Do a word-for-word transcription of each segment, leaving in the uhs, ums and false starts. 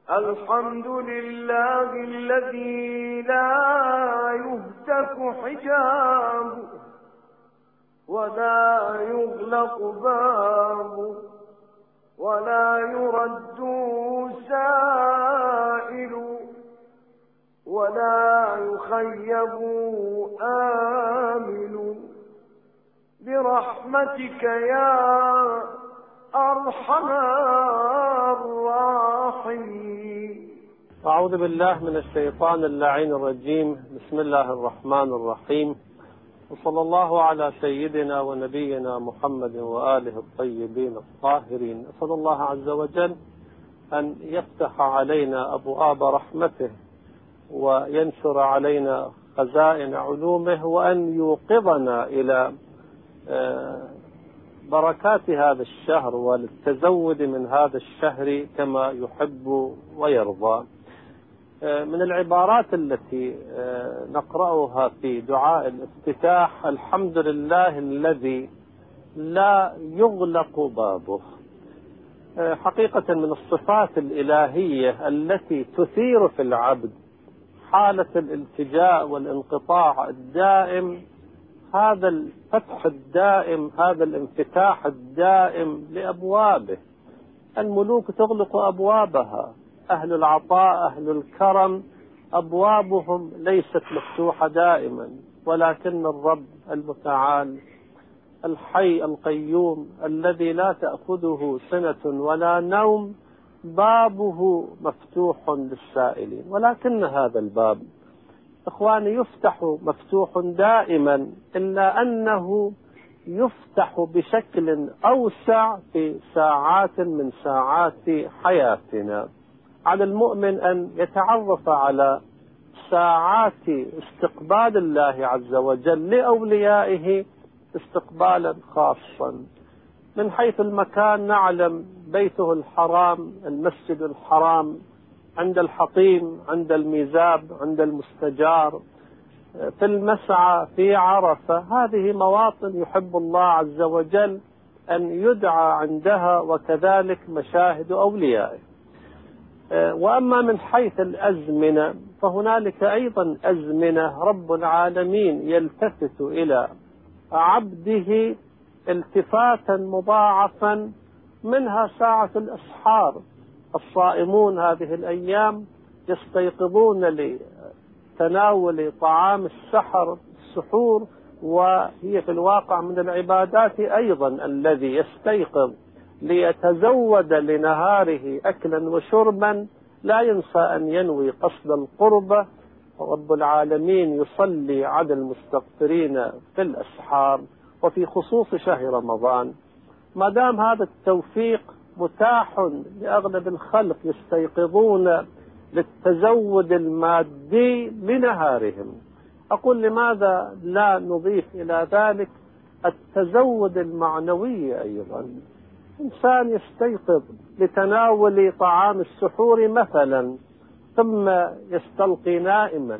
الحمد لله الذي لا يهتك حجابه ولا يغلق بابه ولا يرد سائل ولا يخيب آمل برحمتك يا أرحم الراحمين. أعوذ بالله من الشيطان اللعين الرجيم. بسم الله الرحمن الرحيم، وصلى الله على سيدنا ونبينا محمد وآله الطيبين الطاهرين. أسأل الله عز وجل أن يفتح علينا أبواب رحمته وينشر علينا خزائن علومه، وأن يوقظنا إلى بركات هذا الشهر وللتزود من هذا الشهر كما يحب ويرضى. من العبارات التي نقرأها في دعاء الافتتاح: الحمد لله الذي لا يغلق بابه. حقيقة من الصفات الإلهية التي تثير في العبد حالة الالتجاء والانقطاع الدائم، هذا الفتح الدائم، هذا الانفتاح الدائم لأبوابه. الملوك تغلق أبوابها، أهل العطاء أهل الكرم أبوابهم ليست مفتوحة دائما، ولكن الرب المتعال الحي القيوم الذي لا تأخذه سنة ولا نوم بابه مفتوح للسائلين. ولكن هذا الباب إخواني يفتح مفتوح دائما، إلا أنه يفتح بشكل أوسع في ساعات من ساعات حياتنا. على المؤمن أن يتعرف على ساعات استقبال الله عز وجل لأوليائه استقبالا خاصا. من حيث المكان نعلم بيته الحرام، المسجد الحرام، عند الحطيم، عند الميزاب، عند المستجار، في المسعى، في عرفة، هذه مواطن يحب الله عز وجل أن يدعى عندها، وكذلك مشاهد أوليائه. وأما من حيث الأزمنة فهنالك أيضا أزمنة رب العالمين يلتفت إلى عبده التفاتا مضاعفا، منها ساعة الأسحار. الصائمون هذه الأيام يستيقظون لتناول طعام السحر السحور، وهي في الواقع من العبادات أيضا الذي يستيقظ ليتزود لنهاره أكلا وشربا، لا ينسى أن ينوي قصد القربة. رب العالمين يصلي على المستغفرين في الأسحار وفي خصوص شهر رمضان. ما دام هذا التوفيق متاح لأغلب الخلق يستيقظون للتزود المادي لنهارهم، أقول لماذا لا نضيف إلى ذلك التزود المعنوي أيضا؟ إنسان يستيقظ لتناول طعام السحور مثلا، ثم يستلقي نائما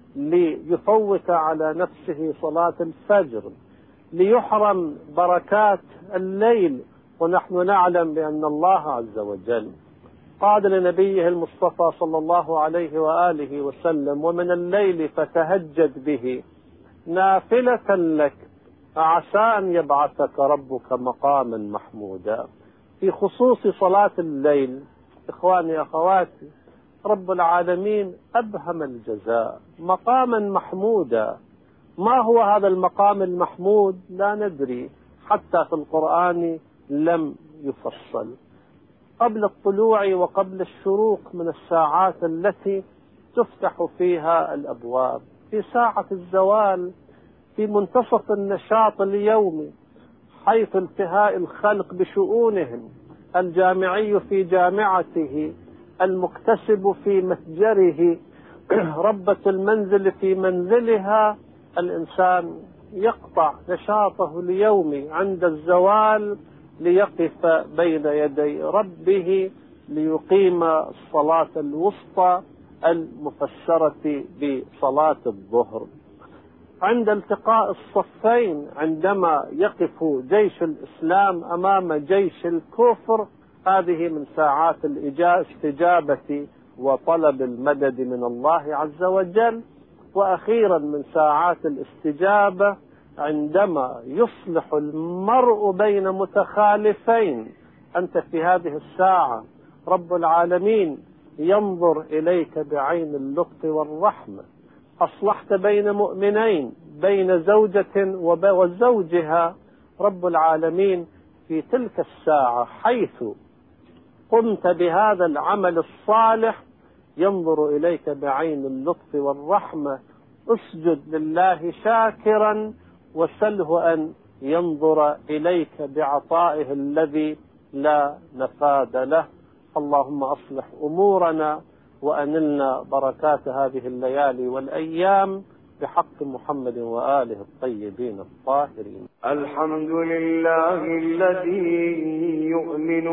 ليفوت على نفسه صلاة الفجر، ليحرم بركات الليل، ونحن نعلم بأن الله عز وجل قال لنبيه المصطفى صلى الله عليه وآله وسلم: ومن الليل فتهجد به نافلة لك عسى أن يبعثك ربك مقاما محمودا. في خصوص صلاة الليل إخواني أخواتي، رب العالمين أبهم الجزاء مقاما محمودا. ما هو هذا المقام المحمود؟ لا ندري، حتى في القرآن لم يفصل. قبل الطلوع وقبل الشروق من الساعات التي تفتح فيها الأبواب، في ساعة الزوال، في منتصف النشاط اليومي، حيث انتهاء الخلق بشؤونهم، الجامعي في جامعته، المكتسب في متجره، ربة المنزل في منزلها، الإنسان يقطع نشاطه اليومي عند الزوال ليقف بين يدي ربه ليقيم الصلاة الوسطى المفسرة بصلاة الظهر. عند التقاء الصفين، عندما يقف جيش الإسلام أمام جيش الكفر، هذه من ساعات الاستجابة وطلب المدد من الله عز وجل. وأخيرا من ساعات الاستجابة عندما يصلح المرء بين متخالفين، أنت في هذه الساعة رب العالمين ينظر إليك بعين اللطف والرحمة. أصلحت بين مؤمنين، بين زوجة وزوجها، رب العالمين في تلك الساعة حيث قمت بهذا العمل الصالح ينظر إليك بعين اللطف والرحمة. اسجد لله شاكرا وسله أن ينظر إليك بعطائه الذي لا نفاد له. اللهم أصلح أمورنا وأنلنا بركات هذه الليالي والأيام بحق محمد وآله الطيبين الطاهرين. الحمد لله الذي يؤمن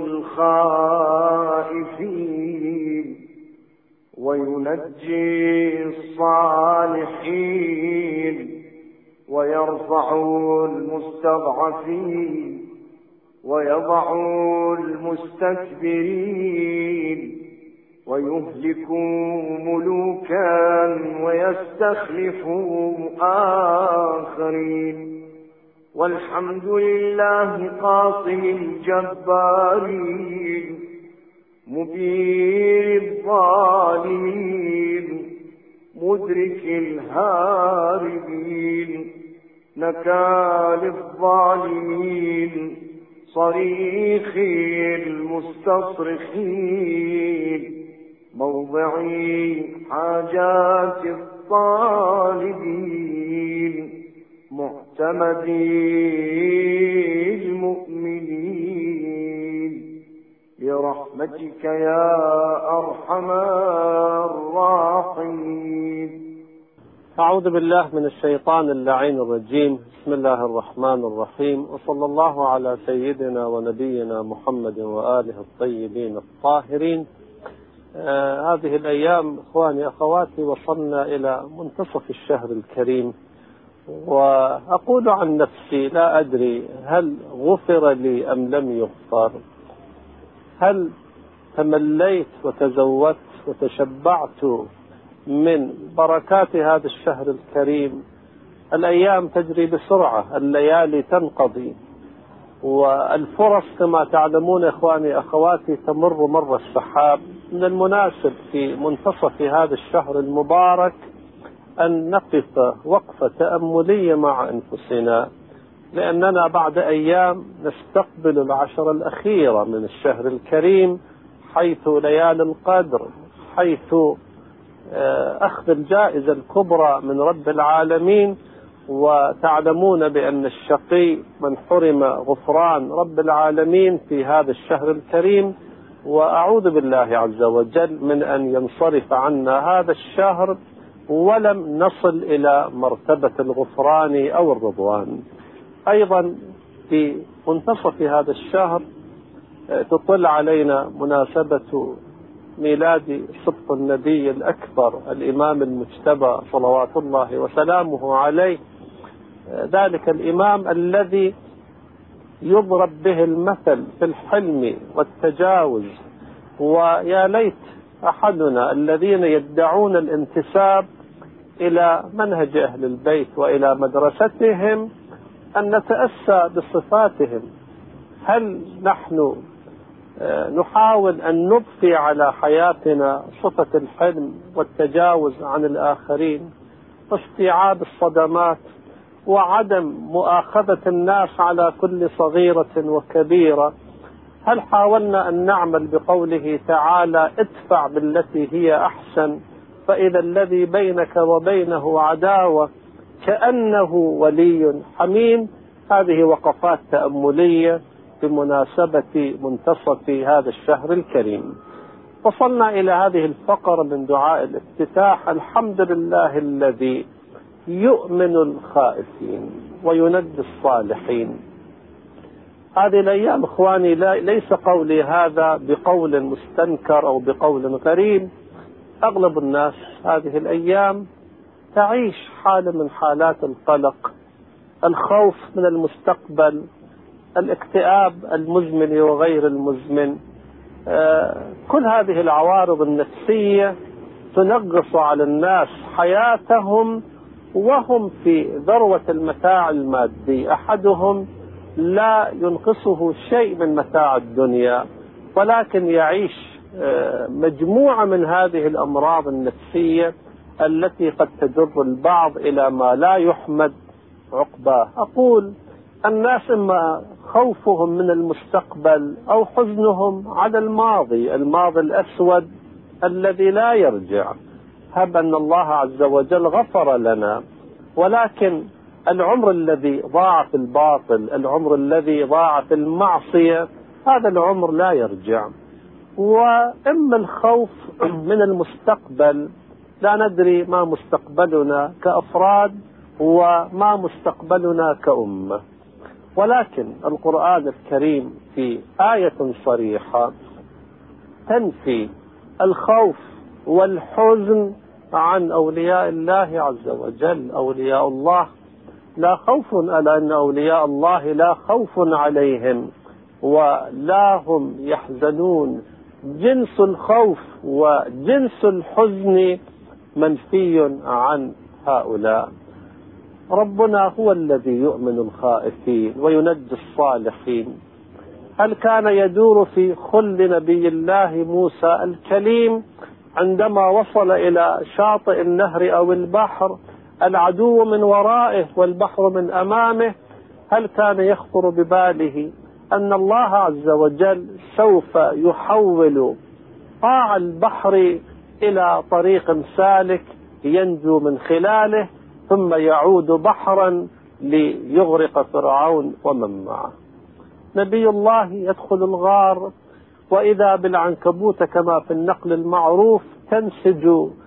الخائفين وينجي الصالحين ويرفع المستضعفين ويضع المستكبرين ويهلك ملوكا ويستخلف آخرين. والحمد لله قاصم الجبارين مبين الظالمين مدرك الهاربين نكال الظالمين صريخ المستصرخين موضعي حاجات الطالبين معتمدي المؤمنين برحمتك يا أرحم الراحمين. أعوذ بالله من الشيطان اللعين الرجيم. بسم الله الرحمن الرحيم، وصلى الله على سيدنا ونبينا محمد وآله الطيبين الطاهرين. آه هذه الأيام إخواني أخواتي وصلنا إلى منتصف الشهر الكريم، وأقول عن نفسي لا أدري هل غفر لي أم لم يغفر، هل تمليت وتزودت وتشبعت من بركات هذا الشهر الكريم. الأيام تجري بسرعة، الليالي تنقضي، والفرص كما تعلمون إخواني أخواتي تمر مر السحاب. من المناسب في منتصف هذا الشهر المبارك أن نقف وقفة تأملية مع أنفسنا، لأننا بعد أيام نستقبل العشر الأخيرة من الشهر الكريم، حيث ليالي القدر، حيث أخذ الجائزة الكبرى من رب العالمين. وتعلمون بأن الشقي من حرم غفران رب العالمين في هذا الشهر الكريم، وأعوذ بالله عز وجل من أن ينصرف عنا هذا الشهر ولم نصل إلى مرتبة الغفران أو الرضوان. أيضا في منتصف هذا الشهر تطل علينا مناسبة ميلاد صدق النبي الأكبر الإمام المجتبى صلوات الله وسلامه عليه، ذلك الإمام الذي يضرب به المثل في الحلم والتجاوز. ويا ليت أحدنا الذين يدعون الانتساب إلى منهج أهل البيت وإلى مدرستهم أن نتأسى بصفاتهم. هل نحن نحاول أن نضفي على حياتنا صفة الحلم والتجاوز عن الآخرين واستيعاب الصدمات وعدم مؤاخذة الناس على كل صغيرة وكبيرة؟ هل حاولنا أن نعمل بقوله تعالى ادفع بالتي هي أحسن فإذا الذي بينك وبينه عداوة كأنه ولي حميم؟ هذه وقفات تأملية بمناسبة منتصف هذا الشهر الكريم. وصلنا إلى هذه الفقرة من دعاء الافتتاح: الحمد لله الذي يؤمن الخائفين وينجي الصالحين. هذه الأيام إخواني ليس قولي هذا بقول مستنكر أو بقول غريب. أغلب الناس هذه الأيام تعيش حالة من حالات القلق، الخوف من المستقبل، الاكتئاب المزمن وغير المزمن. كل هذه العوارض النفسية تنغص على الناس حياتهم وهم في ذروة المتاع المادي. أحدهم لا ينقصه شيء من متاع الدنيا، ولكن يعيش مجموعة من هذه الأمراض النفسية التي قد تجر البعض إلى ما لا يحمد عقباه. أقول الناس إما خوفهم من المستقبل أو حزنهم على الماضي، الماضي الأسود الذي لا يرجع. هب أن الله عز وجل غفر لنا، ولكن العمر الذي ضاع في الباطل، العمر الذي ضاع في المعصية، هذا العمر لا يرجع. وإما الخوف من المستقبل، لا ندري ما مستقبلنا كأفراد وما مستقبلنا كأمة. ولكن القرآن الكريم في آية صريحة تنفي الخوف والحزن عن أولياء الله عز وجل. أولياء الله لا خوف، ألا أن أولياء الله لا خوف عليهم ولا هم يحزنون. جنس الخوف وجنس الحزن منفي عن هؤلاء. ربنا هو الذي يؤمن الخائفين وينجي الصالحين. هل كان يدور في خل نبي الله موسى الكليم عندما وصل إلى شاطئ النهر أو البحر، العدو من ورائه والبحر من أمامه، هل كان يخطر بباله أن الله عز وجل سوف يحول قاع البحر إلى طريق سالك ينجو من خلاله ثم يعود بحرا ليغرق فرعون ومن معه؟ نبي الله يدخل الغار وإذا بالعنكبوت كما في النقل المعروف تنسج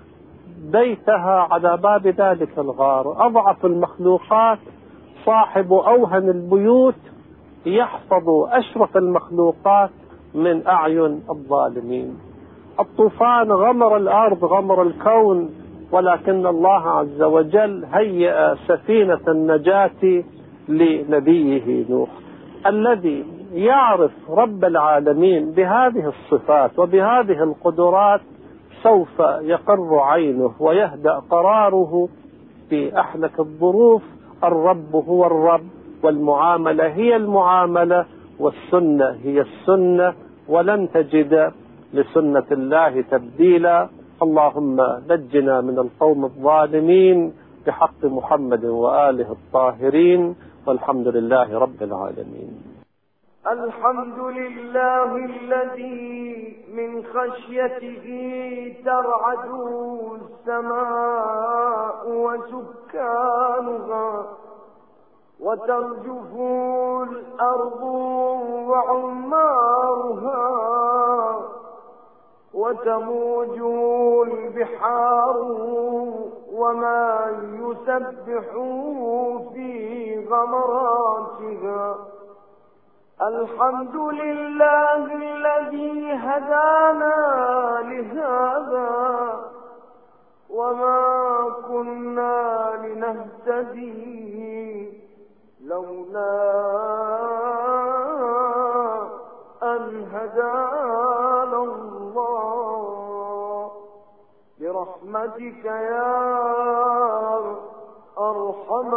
بيتها على باب ذلك الغار. أضعف المخلوقات صاحب أوهن البيوت يحفظ أشرف المخلوقات من أعين الظالمين. الطوفان غمر الأرض، غمر الكون، ولكن الله عز وجل هيأ سفينة النجاة لنبيه نوح الذي يعرف رب العالمين بهذه الصفات وبهذه القدرات. سوف يقر عينه ويهدأ قراره في أحلك الظروف. الرب هو الرب، والمعاملة هي المعاملة، والسنة هي السنة، ولن تجد لسنة الله تبديلا. اللهم نجنا من القوم الظالمين بحق محمد وآله الطاهرين، والحمد لله رب العالمين. الحمد لله الذي من خشيته ترعد السماء وسكانها، وترجف الأرض وعمارها، وتموج البحار وما يسبح في غمراتها. الحمد لله الذي هدانا لهذا وما كنا لنهتدي لولا أن هدانا الله. برحمتك يا أرحم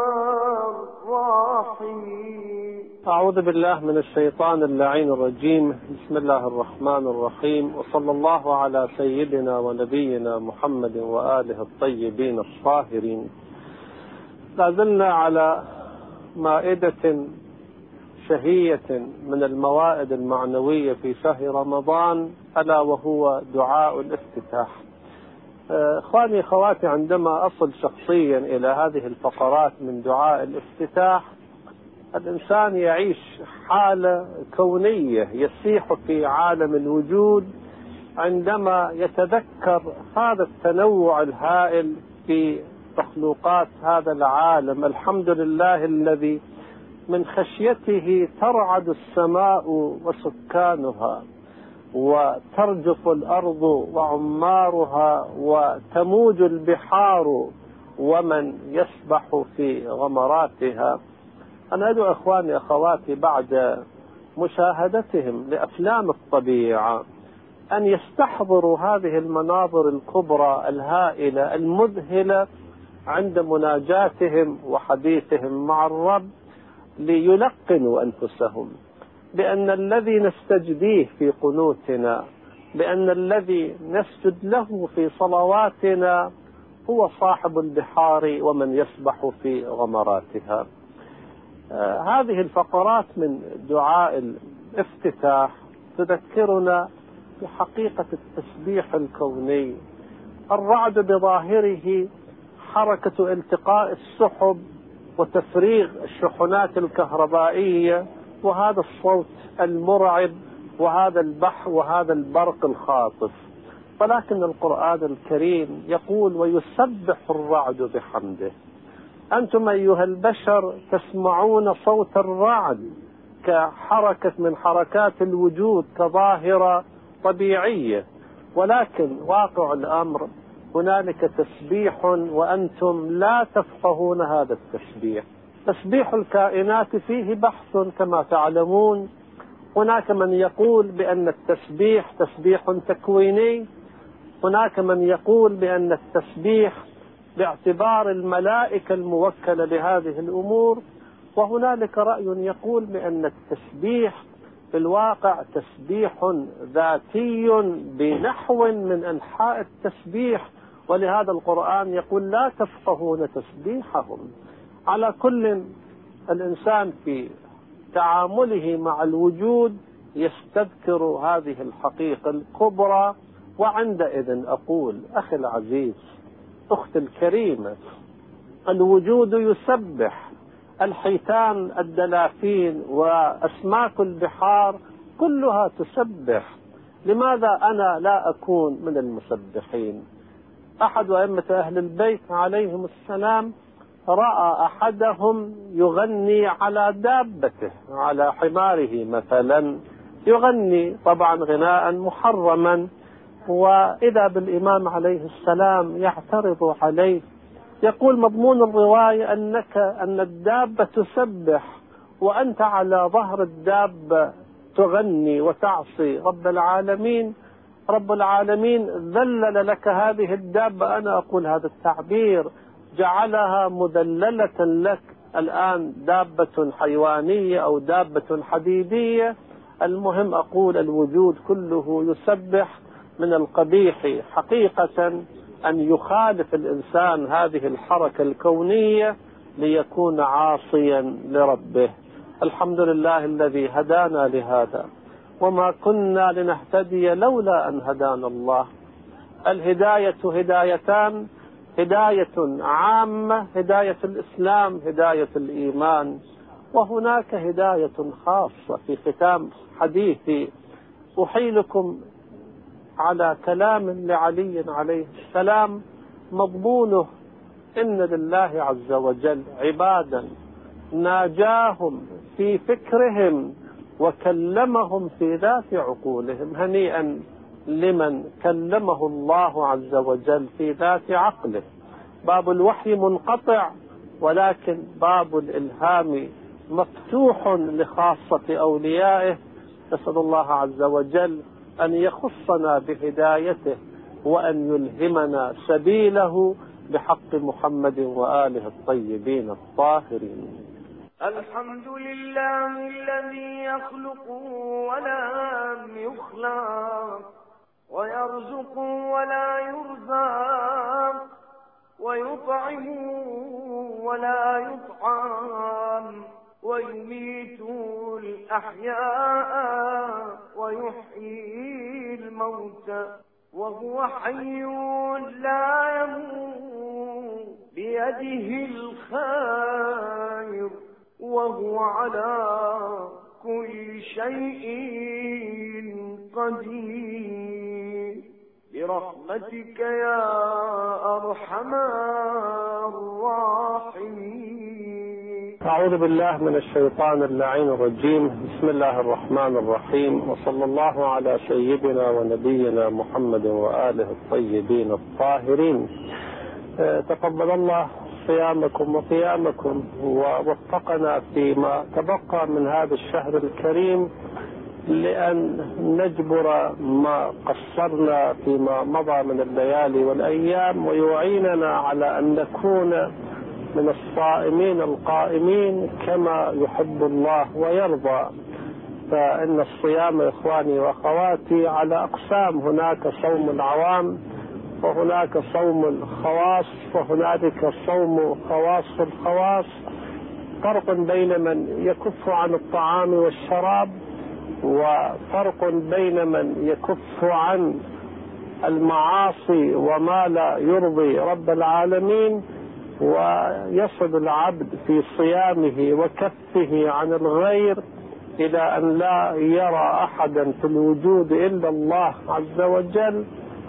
الراحمين. أعوذ بالله من الشيطان اللعين الرجيم. بسم الله الرحمن الرحيم، وصلى الله على سيدنا ونبينا محمد وآله الطيبين الطاهرين. لازلنا على مائدة شهية من الموائد المعنوية في شهر رمضان، ألا وهو دعاء الافتتاح. إخواني أخواتي، عندما أصل شخصيا إلى هذه الفقرات من دعاء الافتتاح، الإنسان يعيش حالة كونية، يسيح في عالم الوجود عندما يتذكر هذا التنوع الهائل في مخلوقات هذا العالم. الحمد لله الذي من خشيته ترعد السماء وسكانها، وترجف الأرض وعمارها، وتموج البحار ومن يسبح في غمراتها. أنا أدعو إخواني أخواتي بعد مشاهدتهم لأفلام الطبيعة أن يستحضروا هذه المناظر الكبرى الهائلة المذهلة عند مناجاتهم وحديثهم مع الرب، ليلقنوا أنفسهم بأن الذي نستجديه في قنوتنا، بأن الذي نسجد له في صلواتنا هو صاحب البحار ومن يسبح في غمراتها. آه هذه الفقرات من دعاء الافتتاح تذكرنا بحقيقة التسبيح الكوني. الرعد بظاهره حركة التقاء السحب وتفريغ الشحنات الكهربائية، وهذا الصوت المرعب وهذا البحر وهذا البرق الخاطف. ولكن القرآن الكريم يقول: ويسبح الرعد بحمده. أنتم أيها البشر تسمعون صوت الرعد كحركة من حركات الوجود، كظاهرة طبيعية، ولكن واقع الأمر هنالك تسبيح وأنتم لا تفقهون هذا التسبيح. تسبيح الكائنات فيه بحث كما تعلمون. هناك من يقول بأن التسبيح تسبيح تكويني، هناك من يقول بأن التسبيح باعتبار الملائكة الموكلة بهذه الأمور، وهنالك رأي يقول بأن التسبيح في الواقع تسبيح ذاتي بنحو من أنحاء التسبيح، ولهذا القرآن يقول: لا تفقهون تسبيحهم. على كل، الإنسان في تعامله مع الوجود يستذكر هذه الحقيقة الكبرى، وعندئذ أقول: أخي العزيز، أختي الكريمة، الوجود يسبح. الحيتان، الدلافين، وأسماك البحار كلها تسبح. لماذا أنا لا أكون من المسبحين؟ أحد أئمة أهل البيت عليهم السلام رأى أحدهم يغني على دابته، على حماره مثلا، يغني طبعا غناء محرما، وإذا بالإمام عليه السلام يعترض عليه، يقول: مضمون الرواية أنك أن الدابة تسبح وأنت على ظهر الدابة تغني وتعصي رب العالمين. رب العالمين ذلل لك هذه الدابة، أنا أقول هذا التعبير، جعلها مذللة لك. الآن دابة حيوانية أو دابة حديدية، المهم أقول الوجود كله يسبح. من القبيح حقيقة أن يخالف الإنسان هذه الحركة الكونية ليكون عاصيا لربه. الحمد لله الذي هدانا لهذا، وما كنا لنهتدي لولا أن هدانا الله. الهداية هدايتان: هداية عامة، هداية الإسلام، هداية الإيمان، وهناك هداية خاصة. في ختام حديثي أحيلكم على كلام لعلي عليه السلام مضمونه: إن لله عز وجل عبادا ناجاهم في فكرهم وكلمهم في ذات عقولهم. هنيئا لمن كلمه الله عز وجل في ذات عقله. باب الوحي منقطع، ولكن باب الإلهام مفتوح لخاصة أوليائه. نسأل الله عز وجل أن يخصنا بهدايته وأن يلهمنا سبيله بحق محمد وآله الطيبين الطاهرين. الحمد لله الذي يخلق ولم يخلق، ويرزق ولا يرزق، ويطعم ولا يطعم، ويميت الأحياء ويحيي الموتى، وهو حي لا يموت، بيده الخير، وهو على كل شيء قدير، برحمتك يا أرحم الراحمين. أعوذ بالله من الشيطان اللعين الرجيم. بسم الله الرحمن الرحيم، وصلى الله على سيدنا ونبينا محمد وآله الطيبين الطاهرين. تقبل الله صيامكم وقيامكم، ووفقنا فيما تبقى من هذا الشهر الكريم لأن نجبر ما قصرنا فيما مضى من الليالي والأيام، ويعيننا على أن نكون من الصائمين القائمين كما يحب الله ويرضى. فإن الصيام إخواني وأخواتي على أقسام، هناك صوم العوام، وهناك صوم الخواص، وهناك صوم خواص الخواص. فرق بين من يكف عن الطعام والشراب، وفرق بين من يكف عن المعاصي وما لا يرضي رب العالمين، ويصل العبد في صيامه وكفه عن الغير إلى أن لا يرى أحدا في الوجود إلا الله عز وجل.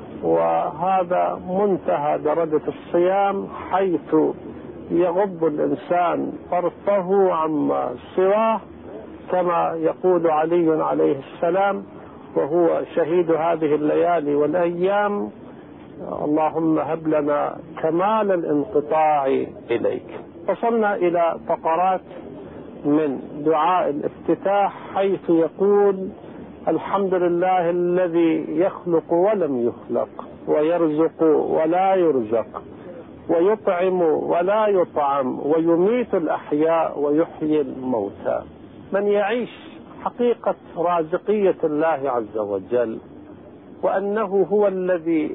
وهذا منتهى درجة الصيام، حيث يغض الإنسان طرفه عما سواه، كما يقول علي عليه السلام وهو شهيد هذه الليالي والأيام: اللهم هب لنا كمال الانقطاع إليك. وصلنا إلى فقرات من دعاء الافتتاح، حيث يقول: الحمد لله الذي يخلق ولم يخلق، ويرزق ولا يرزق، ويطعم ولا يطعم، ويميت الأحياء ويحيي الموتى. من يعيش حقيقة رازقية الله عز وجل، وأنه هو الذي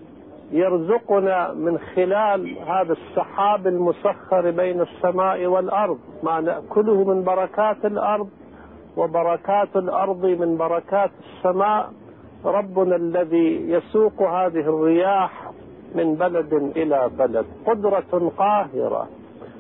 يرزقنا من خلال هذا السحاب المسخر بين السماء والأرض، ما نأكله من بركات الأرض، وبركات الأرض من بركات السماء. ربنا الذي يسوق هذه الرياح من بلد إلى بلد، قدرة قاهرة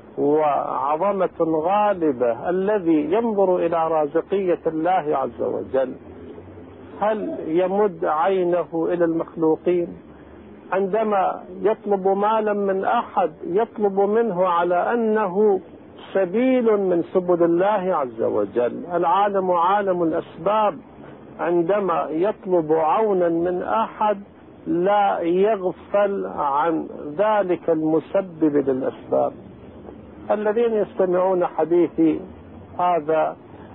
وعظمة غالبة، الذي ينظر إلى رازقية الله عز وجل. هل يمد عينه إلى المخلوقين؟ عندما يطلب مالا من أحد يطلب منه على أنه سبيل من سبل الله عز وجل. العالم عالم الأسباب، عندما يطلب عونا من أحد لا يغفل عن ذلك المسبب للأسباب. الذين يستمعون حديثي هذا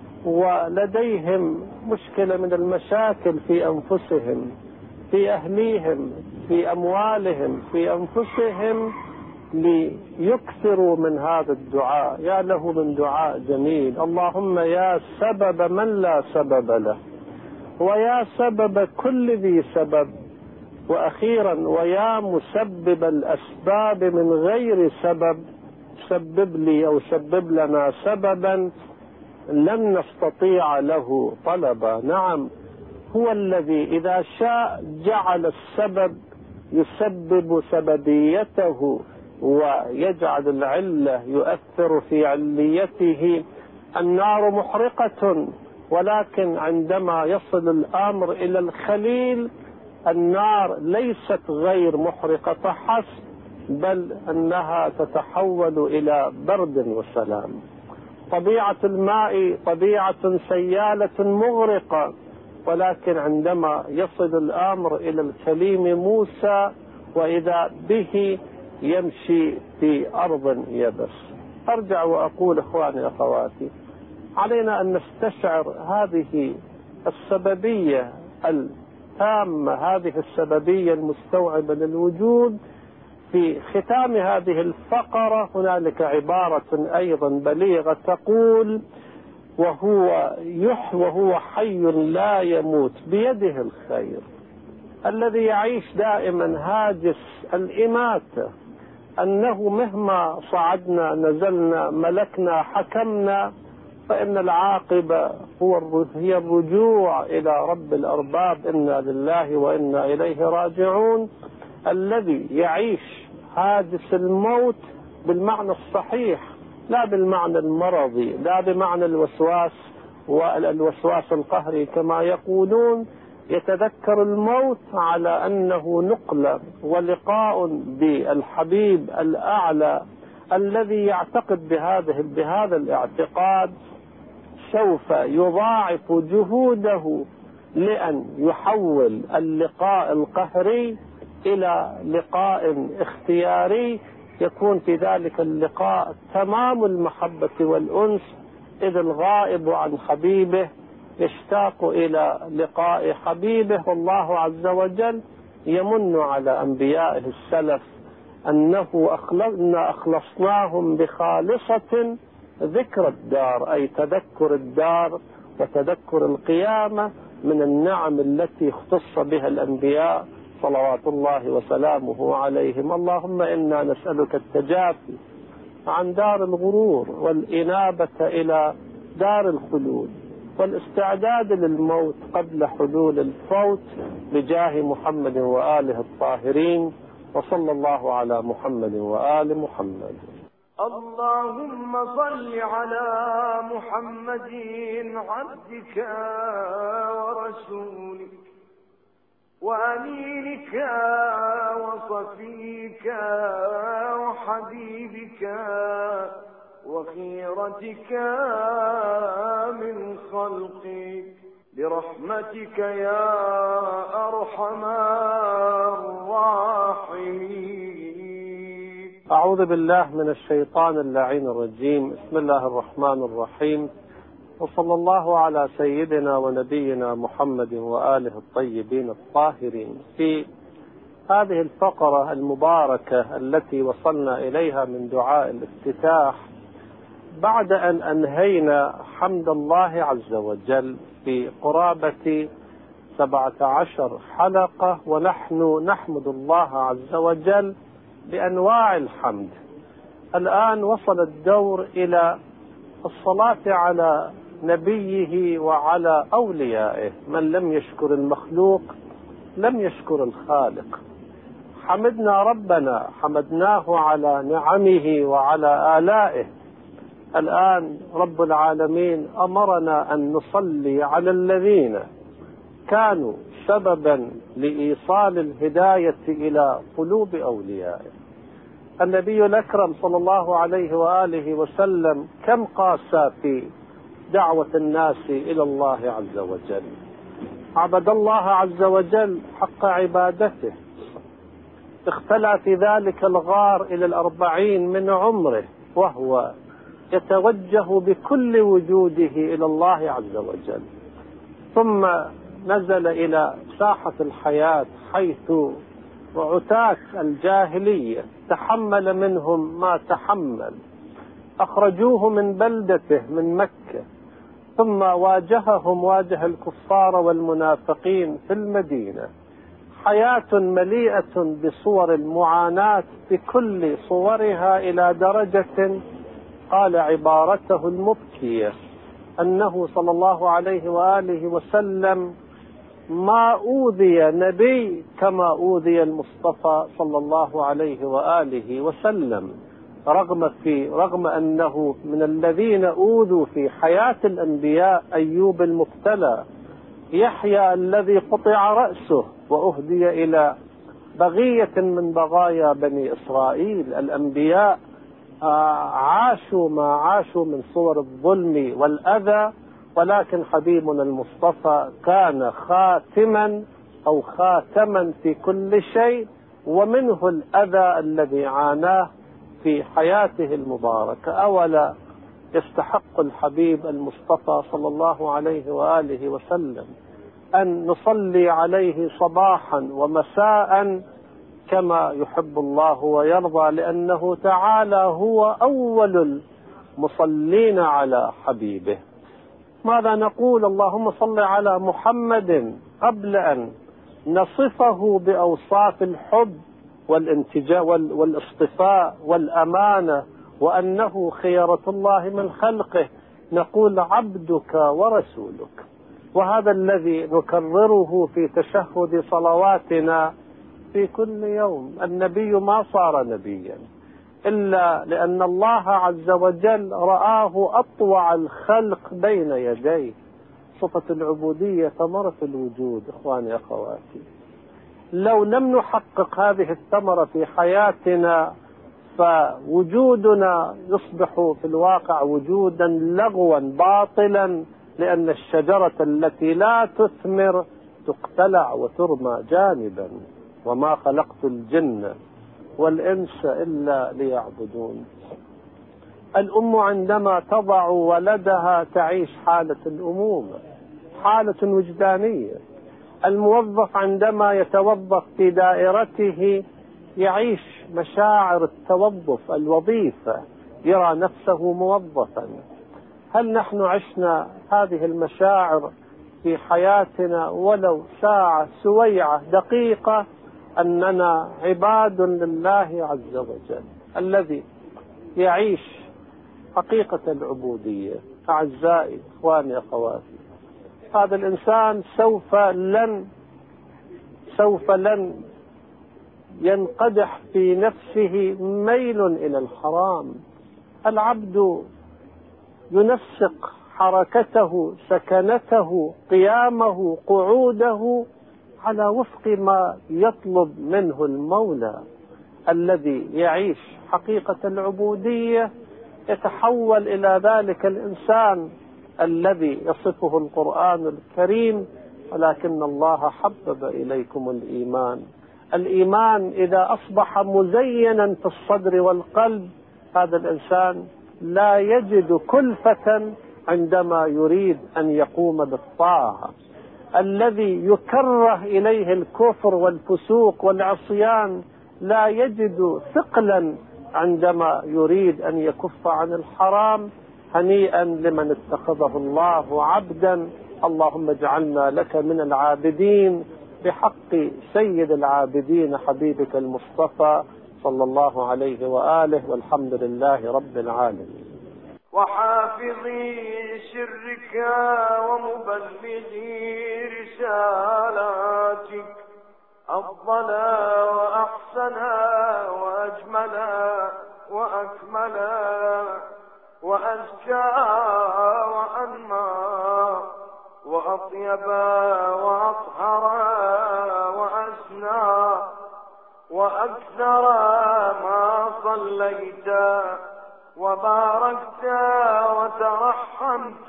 ولديهم مشكلة من المشاكل في أنفسهم، في أهليهم، في أموالهم، في أنفسهم، ليكثروا من هذا الدعاء. يا له من دعاء جميل: اللهم يا سبب من لا سبب له، ويا سبب كل ذي سبب، وأخيرا ويا مسبب الأسباب من غير سبب، سبب لي أو سبب لنا سببا لن نستطيع له طلبا. نعم، هو الذي إذا شاء جعل السبب يسبب سببيته، ويجعل العلة يؤثر في عليته. النار محرقة، ولكن عندما يصل الأمر إلى الخليل النار ليست غير محرقة فحسب، بل أنها تتحول إلى برد وسلام. طبيعة الماء طبيعة سيالة مغرقة، ولكن عندما يصل الأمر إلى الكليم موسى وإذا به يمشي في أرض يبس. أرجع وأقول إخواني أخواتي، علينا أن نستشعر هذه السببية التامة، هذه السببية المستوعبة للوجود. في ختام هذه الفقرة هنالك عبارة أيضا بليغة تقول: وهو يح وهو حي لا يموت بيده الخير. الذي يعيش دائما هاجس الإماتة، أنه مهما صعدنا نزلنا ملكنا حكمنا، فإن العاقبة هو هي الرجوع إلى رب الأرباب. إنا لله وإنا إليه راجعون. الذي يعيش هاجس الموت بالمعنى الصحيح، لا بالمعنى المرضي، لا بمعنى الوسواس والوسواس القهري كما يقولون، يتذكر الموت على أنه نقلة ولقاء بالحبيب الأعلى، الذي يعتقد بهذا بهذا الاعتقاد سوف يضاعف جهوده لأن يحول اللقاء القهري إلى لقاء اختياري، يكون في ذلك اللقاء تمام المحبة والأنس، إذ الغائب عن حبيبه يشتاق إلى لقاء حبيبه، والله عز وجل يمن على أنبيائه السلف أنه أخلصنا أخلصناهم بخالصة ذكر الدار، أي تذكر الدار وتذكر القيامة من النعم التي اختص بها الأنبياء صلوات الله وسلامه عليهم. اللهم إنا نسألك التجافي عن دار الغرور والإنابة إلى دار الخلود والاستعداد للموت قبل حلول الفوت بجاه محمد وآله الطاهرين، وصلى الله على محمد وآل محمد. اللهم صل على محمد عبدك ورسولك وأمينك وصفيك وحبيبك وخيرتك من خلقك برحمتك يا أرحم الراحمين. أعوذ بالله من الشيطان اللعين الرجيم. بسم الله الرحمن الرحيم، وصلى الله على سيدنا ونبينا محمد وآله الطيبين الطاهرين. في هذه الفقرة المباركة التي وصلنا إليها من دعاء الافتتاح، بعد أن أنهينا حمد الله عز وجل في قرابة سبعة عشر حلقة، ونحن نحمد الله عز وجل بأنواع الحمد، الآن وصل الدور إلى الصلاة على نبيه وعلى أوليائه. من لم يشكر المخلوق لم يشكر الخالق. حمدنا ربنا، حمدناه على نعمه وعلى آلائه. الآن رب العالمين أمرنا أن نصلي على الذين كانوا سببا لإيصال الهداية إلى قلوب أوليائه. النبي الأكرم صلى الله عليه وآله وسلم كم قاسى في دعوة الناس إلى الله عز وجل، عبد الله عز وجل حق عبادته، اختلى في ذلك الغار إلى الأربعين من عمره وهو يتوجه بكل وجوده إلى الله عز وجل، ثم نزل إلى ساحة الحياة حيث وعتاة الجاهلية تحمل منهم ما تحمل، أخرجوه من بلدته من مكة، ثم واجههم واجه الكفار والمنافقين في المدينة. حياة مليئة بصور المعاناة بكل صورها، إلى درجة قال عبارته المبكية أنه صلى الله عليه وآله وسلم ما أوذي نبي كما أوذي المصطفى صلى الله عليه وآله وسلم، رغم في رغم أنه من الذين أوذوا في حياة الأنبياء أيوب المبتلى، يحيى الذي قطع رأسه وأهدي إلى بغية من بغايا بني إسرائيل. الأنبياء عاشوا ما عاشوا من صور الظلم والأذى، ولكن حبيبنا المصطفى كان خاتما أو خاتما في كل شيء، ومنه الأذى الذي عاناه في حياته المباركة. أولا يستحق الحبيب المصطفى صلى الله عليه وآله وسلم أن نصلي عليه صباحا ومساء كما يحب الله ويرضى، لأنه تعالى هو أول المصلين على حبيبه. ماذا نقول؟ اللهم صل على محمد قبل أن نصفه بأوصاف الحب والانتجاء والاصطفاء والأمانة وأنه خيرة الله من خلقه، نقول عبدك ورسولك. وهذا الذي نكرره في تشهد صلواتنا في كل يوم. النبي ما صار نبيا إلا لأن الله عز وجل رآه أطوع الخلق بين يديه. صفة العبودية ثمرة الوجود. إخواني أخواتي، لو لم نحقق هذه الثمرة في حياتنا فوجودنا يصبح في الواقع وجودا لغوا باطلا، لأن الشجرة التي لا تثمر تقتلع وترمى جانبا. وما خلقت الجن والإنس إلا ليعبدون. الأم عندما تضع ولدها تعيش حالة الأمومة، حالة وجدانية. الموظف عندما يتوظف في دائرته يعيش مشاعر التوظف، الوظيفة، يرى نفسه موظفا. هل نحن عشنا هذه المشاعر في حياتنا ولو ساعة، سويعة، دقيقة، أننا عباد لله عز وجل الذي يعيش حقيقة العبودية؟ أعزائي إخواني أخواتي، هذا الإنسان سوف لن سوف لن ينقدح في نفسه ميل إلى الحرام. العبد ينسق حركته، سكنته، قيامه، قعوده على وفق ما يطلب منه المولى. الذي يعيش حقيقة العبودية يتحول إلى ذلك الإنسان الذي يصفه القرآن الكريم: ولكن الله حبب إليكم الإيمان. الإيمان إذا أصبح مزينا في الصدر والقلب، هذا الإنسان لا يجد كلفة عندما يريد أن يقوم بالطاعة. الذي يكره إليه الكفر والفسوق والعصيان لا يجد ثقلا عندما يريد أن يكف عن الحرام. هنيئا لمن اتخذه الله عبدا. اللهم اجعلنا لك من العابدين بحق سيد العابدين حبيبك المصطفى صلى الله عليه وآله، والحمد لله رب العالمين. وحافظي سرك ومبلغي رسالاتك أفضلا وأحسنا وأجملا وأكملا وأزكى وأنمى وأطيبا وأطهرا وأسنى وأكثر ما صليت وباركت وترحمت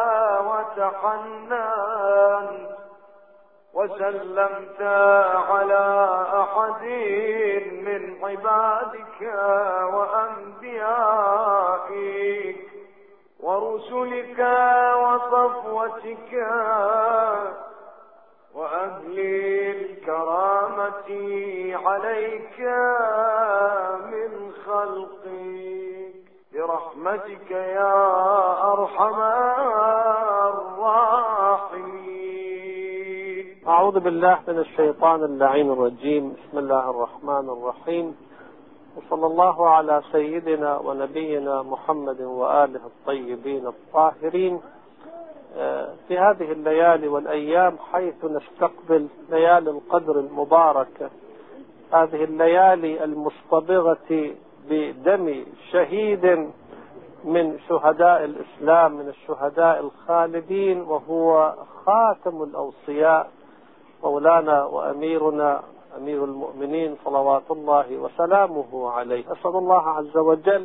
وتحننت وسلمت على أحد من عبادك وأنبيائك ورسلك وصفوتك وأهل الكرامة عليك من خلقك برحمتك يا أرحم الراحمين. أعوذ بالله من الشيطان اللعين الرجيم. بسم الله الرحمن الرحيم، وصلى الله على سيدنا ونبينا محمد وآله الطيبين الطاهرين. في هذه الليالي والأيام حيث نستقبل ليالي القدر المباركة، هذه الليالي المصطبغة بدم شهيد من شهداء الإسلام، من الشهداء الخالدين، وهو خاتم الأوصياء مولانا وأميرنا أمير المؤمنين صلوات الله وسلامه عليه. أسأل الله عز وجل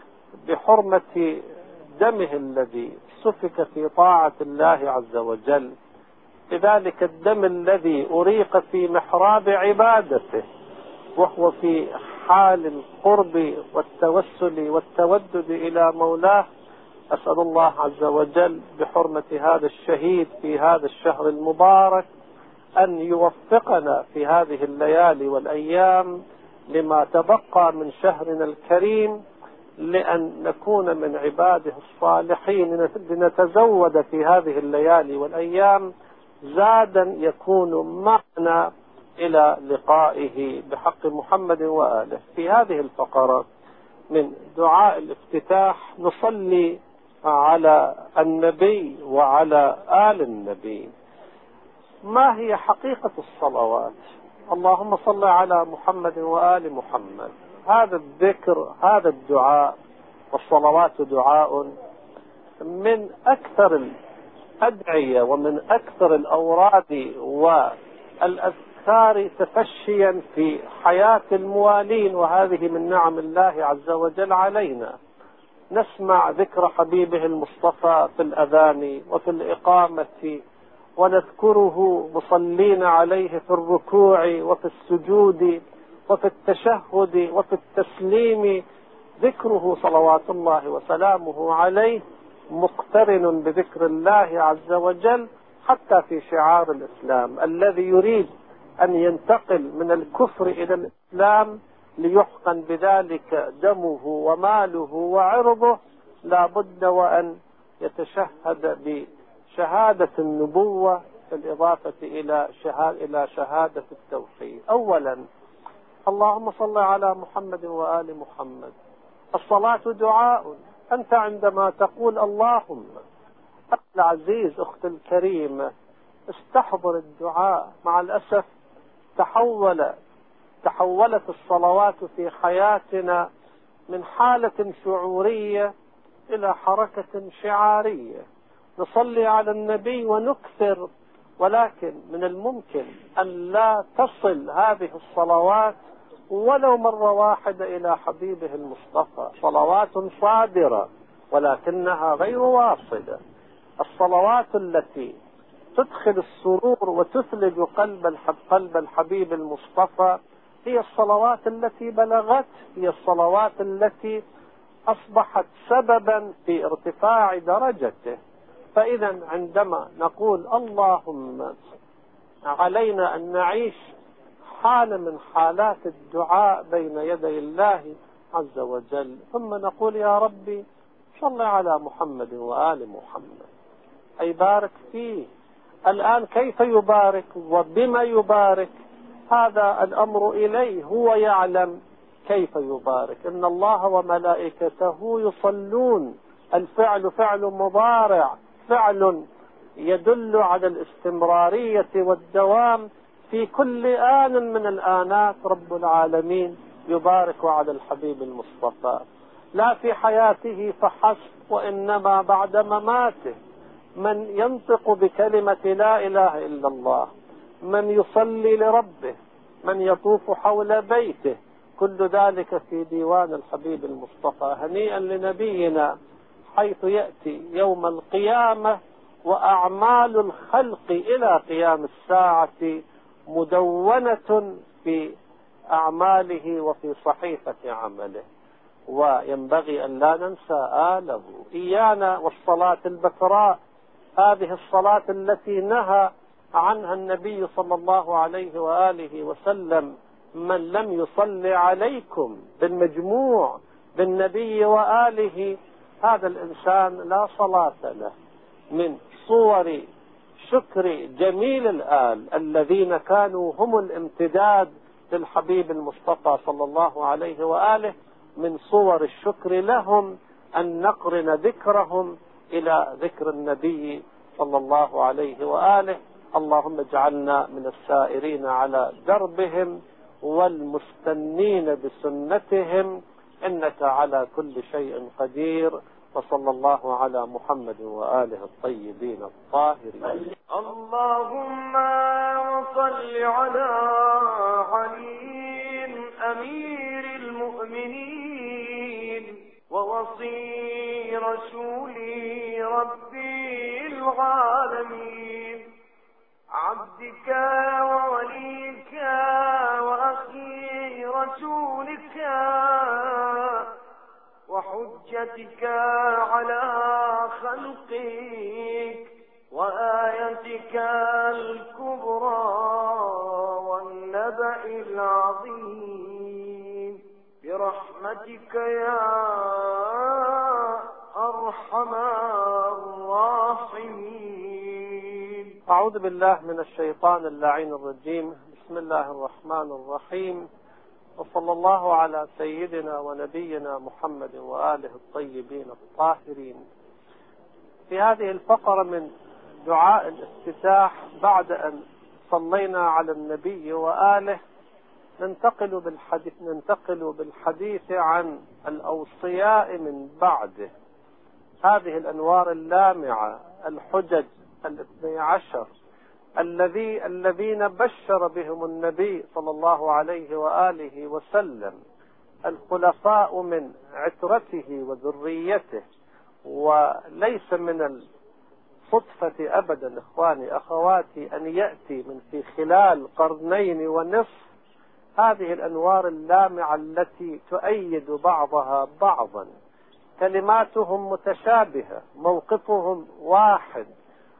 بحرمة دمه الذي سفك في طاعة الله عز وجل، بذلك الدم الذي أريق في محراب عبادته وهو في حال القرب والتوسل والتودد إلى مولاه، أسأل الله عز وجل بحرمة هذا الشهيد في هذا الشهر المبارك أن يوفقنا في هذه الليالي والأيام لما تبقى من شهرنا الكريم، لأن نكون من عباده الصالحين، لنتزود في هذه الليالي والأيام زادا يكون معنا إلى لقائه بحق محمد وآله. في هذه الفقرة من دعاء الافتتاح نصلي على النبي وعلى آل النبي. ما هي حقيقة الصلوات؟ اللهم صل على محمد وآل محمد. هذا الذكر، هذا الدعاء، والصلوات دعاء من أكثر الأدعية ومن أكثر الأوراد والأذكار تفشيا في حياة الموالين، وهذه من نعم الله عز وجل علينا. نسمع ذكر حبيبه المصطفى في الأذان وفي الإقامة، ونذكره مصلين عليه في الركوع وفي السجود وفي التشهد وفي التسليم. ذكره صلوات الله وسلامه عليه مقترن بذكر الله عز وجل، حتى في شعار الإسلام. الذي يريد أن ينتقل من الكفر إلى الإسلام ليحقن بذلك دمه وماله وعرضه لا بد وأن يتشهد بشهادة النبوة بالإضافة إلى إلى شهادة التوحيد. أولا اللهم صل على محمد وآل محمد. الصلاة دعاء. أنت عندما تقول اللهم، أخي العزيز أختي الكريمة، استحضر الدعاء. مع الأسف تحول تحولت الصلوات في حياتنا من حالة شعورية إلى حركة شعارية. نصلي على النبي ونكثر، ولكن من الممكن أن لا تصل هذه الصلوات ولو مرة واحدة إلى حبيبه المصطفى. صلوات صادرة ولكنها غير واصلة. الصلوات التي تدخل السرور وتثلج قلب قلب الحبيب المصطفى هي الصلوات التي بلغت، هي الصلوات التي أصبحت سببا في ارتفاع درجته. فإذا عندما نقول اللهم، علينا أن نعيش حالة من حالات الدعاء بين يدي الله عز وجل، ثم نقول يا ربي صل على محمد وآل محمد، أي بارك فيه. الآن كيف يبارك وبما يبارك هذا الأمر إليه، هو يعلم كيف يبارك. إن الله وملائكته يصلون، الفعل فعل مضارع، فعل يدل على الاستمرارية والدوام. في كل آن من الآنات رب العالمين يبارك على الحبيب المصطفى، لا في حياته فحسب وإنما بعد مماته. من ينطق بكلمة لا إله إلا الله، من يصلي لربه، من يطوف حول بيته، كل ذلك في ديوان الحبيب المصطفى. هنيئا لنبينا حيث يأتي يوم القيامة وأعمال الخلق إلى قيام الساعة مدونة في أعماله وفي صحيفة عمله. وينبغي أن لا ننسى آله إيانا والصلاة البكراء، هذه الصلاة التي نهى عنها النبي صلى الله عليه وآله وسلم: من لم يصل عليكم بالمجموع بالنبي وآله هذا الإنسان لا صلاة له. من صور شكر جميل الآل الذين كانوا هم الامتداد للحبيب المصطفى صلى الله عليه وآله، من صور الشكر لهم أن نقرن ذكرهم إلى ذكر النبي صلى الله عليه وآله. اللهم اجعلنا من السائرين على دربهم والمستنين بسنتهم، إنك على كل شيء قدير. وصلى الله على محمد وآله الطيبين الطاهرين. اللهم صل على علي أمير المؤمنين ووصي رسول ربي العالمين، عبدك ووليك وأخي رسولك وحجتك على خلقك وآيتك الكبرى والنبأ العظيم، برحمتك يا أرحم الراحمين. أعوذ بالله من الشيطان اللعين الرجيم. بسم الله الرحمن الرحيم، وصلى الله على سيدنا ونبينا محمد وآله الطيبين الطاهرين. في هذه الفقرة من دعاء الافتتاح بعد أن صلينا على النبي وآله ننتقل بالحديث, ننتقل بالحديث عن الأوصياء من بعده. هذه الأنوار اللامعة، الحجج الاثني عشر الذي الذين بشر بهم النبي صلى الله عليه وآله وسلم، الخلفاء من عترته وذريته. وليس من الصدفة أبدا إخواني أخواتي أن يأتي من في خلال قرنين ونصف هذه الأنوار اللامعة التي تؤيد بعضها بعضا، كلماتهم متشابهة، موقفهم واحد،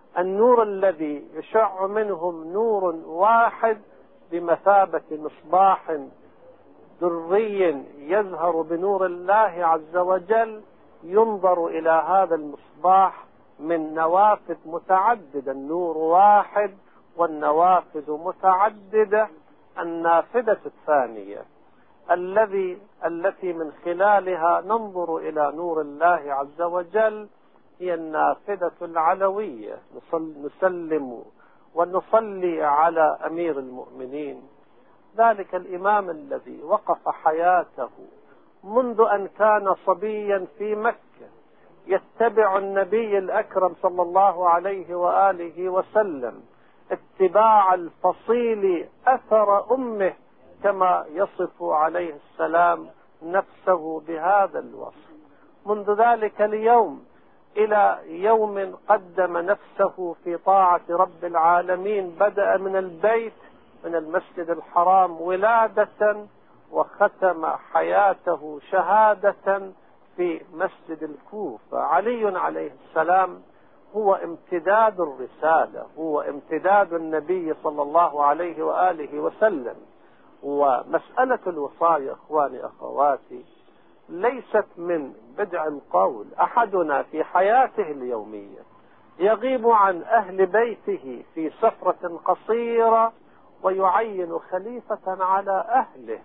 النور الذي يشع منهم نور واحد بمثابة مصباح دري يزهر بنور الله عز وجل، ينظر إلى هذا المصباح من نوافذ متعددة. النور واحد والنوافذ متعددة. النافذة الثانية الذي التي من خلالها ننظر إلى نور الله عز وجل هي النافذة العلوية. نسلم ونصلي على أمير المؤمنين، ذلك الإمام الذي وقف حياته منذ أن كان صبيا في مكة يتبع النبي الأكرم صلى الله عليه وآله وسلم اتباع الفصيل أثر أمه، كما يصف عليه السلام نفسه بهذا الوصف. منذ ذلك اليوم إلى يوم قدم نفسه في طاعة رب العالمين، بدأ من البيت من المسجد الحرام ولادة، وختم حياته شهادة في مسجد الكوفة. علي عليه السلام هو امتداد الرسالة، هو امتداد النبي صلى الله عليه وآله وسلم. ومسألة الوصايا إخواني أخواتي ليست من بدع القول. أحدنا في حياته اليومية يغيب عن أهل بيته في سفرة قصيرة ويعين خليفة على أهله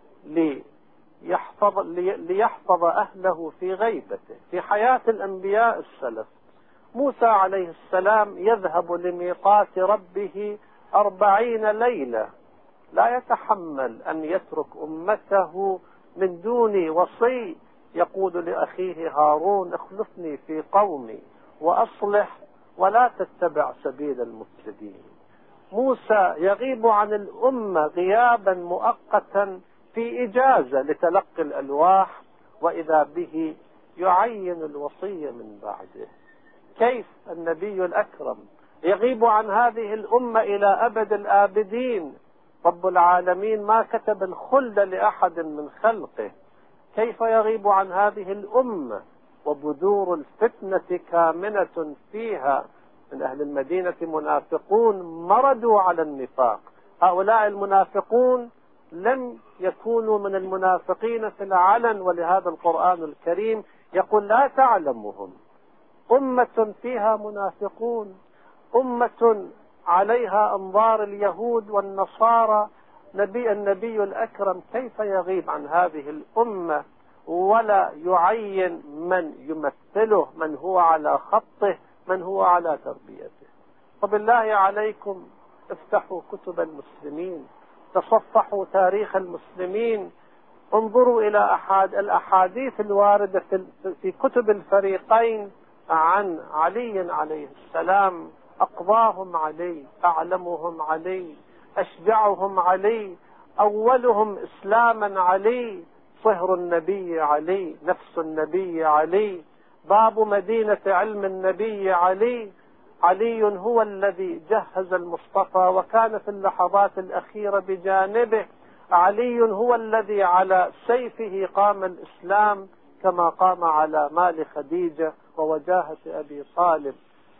ليحفظ, ليحفظ أهله في غيبته. في حياة الأنبياء السلف موسى عليه السلام يذهب لميقات ربه أربعين ليلة، لا يتحمل أن يترك أمته من دون وصي، يقول لأخيه هارون اخلفني في قومي وأصلح ولا تتبع سبيل المفسدين. موسى يغيب عن الأمة غيابا مؤقتا في إجازة لتلقي الألواح، وإذا به يعين الوصية من بعده. كيف النبي الأكرم يغيب عن هذه الأمة إلى أبد الآبدين؟ رب العالمين ما كتب الخلد لأحد من خلقه. كيف يغيب عن هذه الأمة وبذور الفتنة كامنة فيها؟ من أهل المدينة منافقون مردوا على النفاق. هؤلاء المنافقون لم يكونوا من المنافقين في العلن، ولهذا القرآن الكريم يقول لا تعلمهم. أمة فيها منافقون، أمة عليها أنظار اليهود والنصارى. نبي النبي الأكرم كيف يغيب عن هذه الأمة ولا يعين من يمثله، من هو على خطه، من هو على تربيته؟ فبالله عليكم افتحوا كتب المسلمين، تصفحوا تاريخ المسلمين، انظروا إلى أحد الأحاديث الواردة في كتب الفريقين عن علي عليه السلام. أقضاهم علي، أعلمهم علي، أشجعهم علي، أولهم إسلاما علي، صهر النبي علي، نفس النبي علي، باب مدينة علم النبي علي. علي هو الذي جهز المصطفى وكان في اللحظات الأخيرة بجانبه. علي هو الذي على سيفه قام الإسلام كما قام على مال خديجة ووجاهة أبي طالب.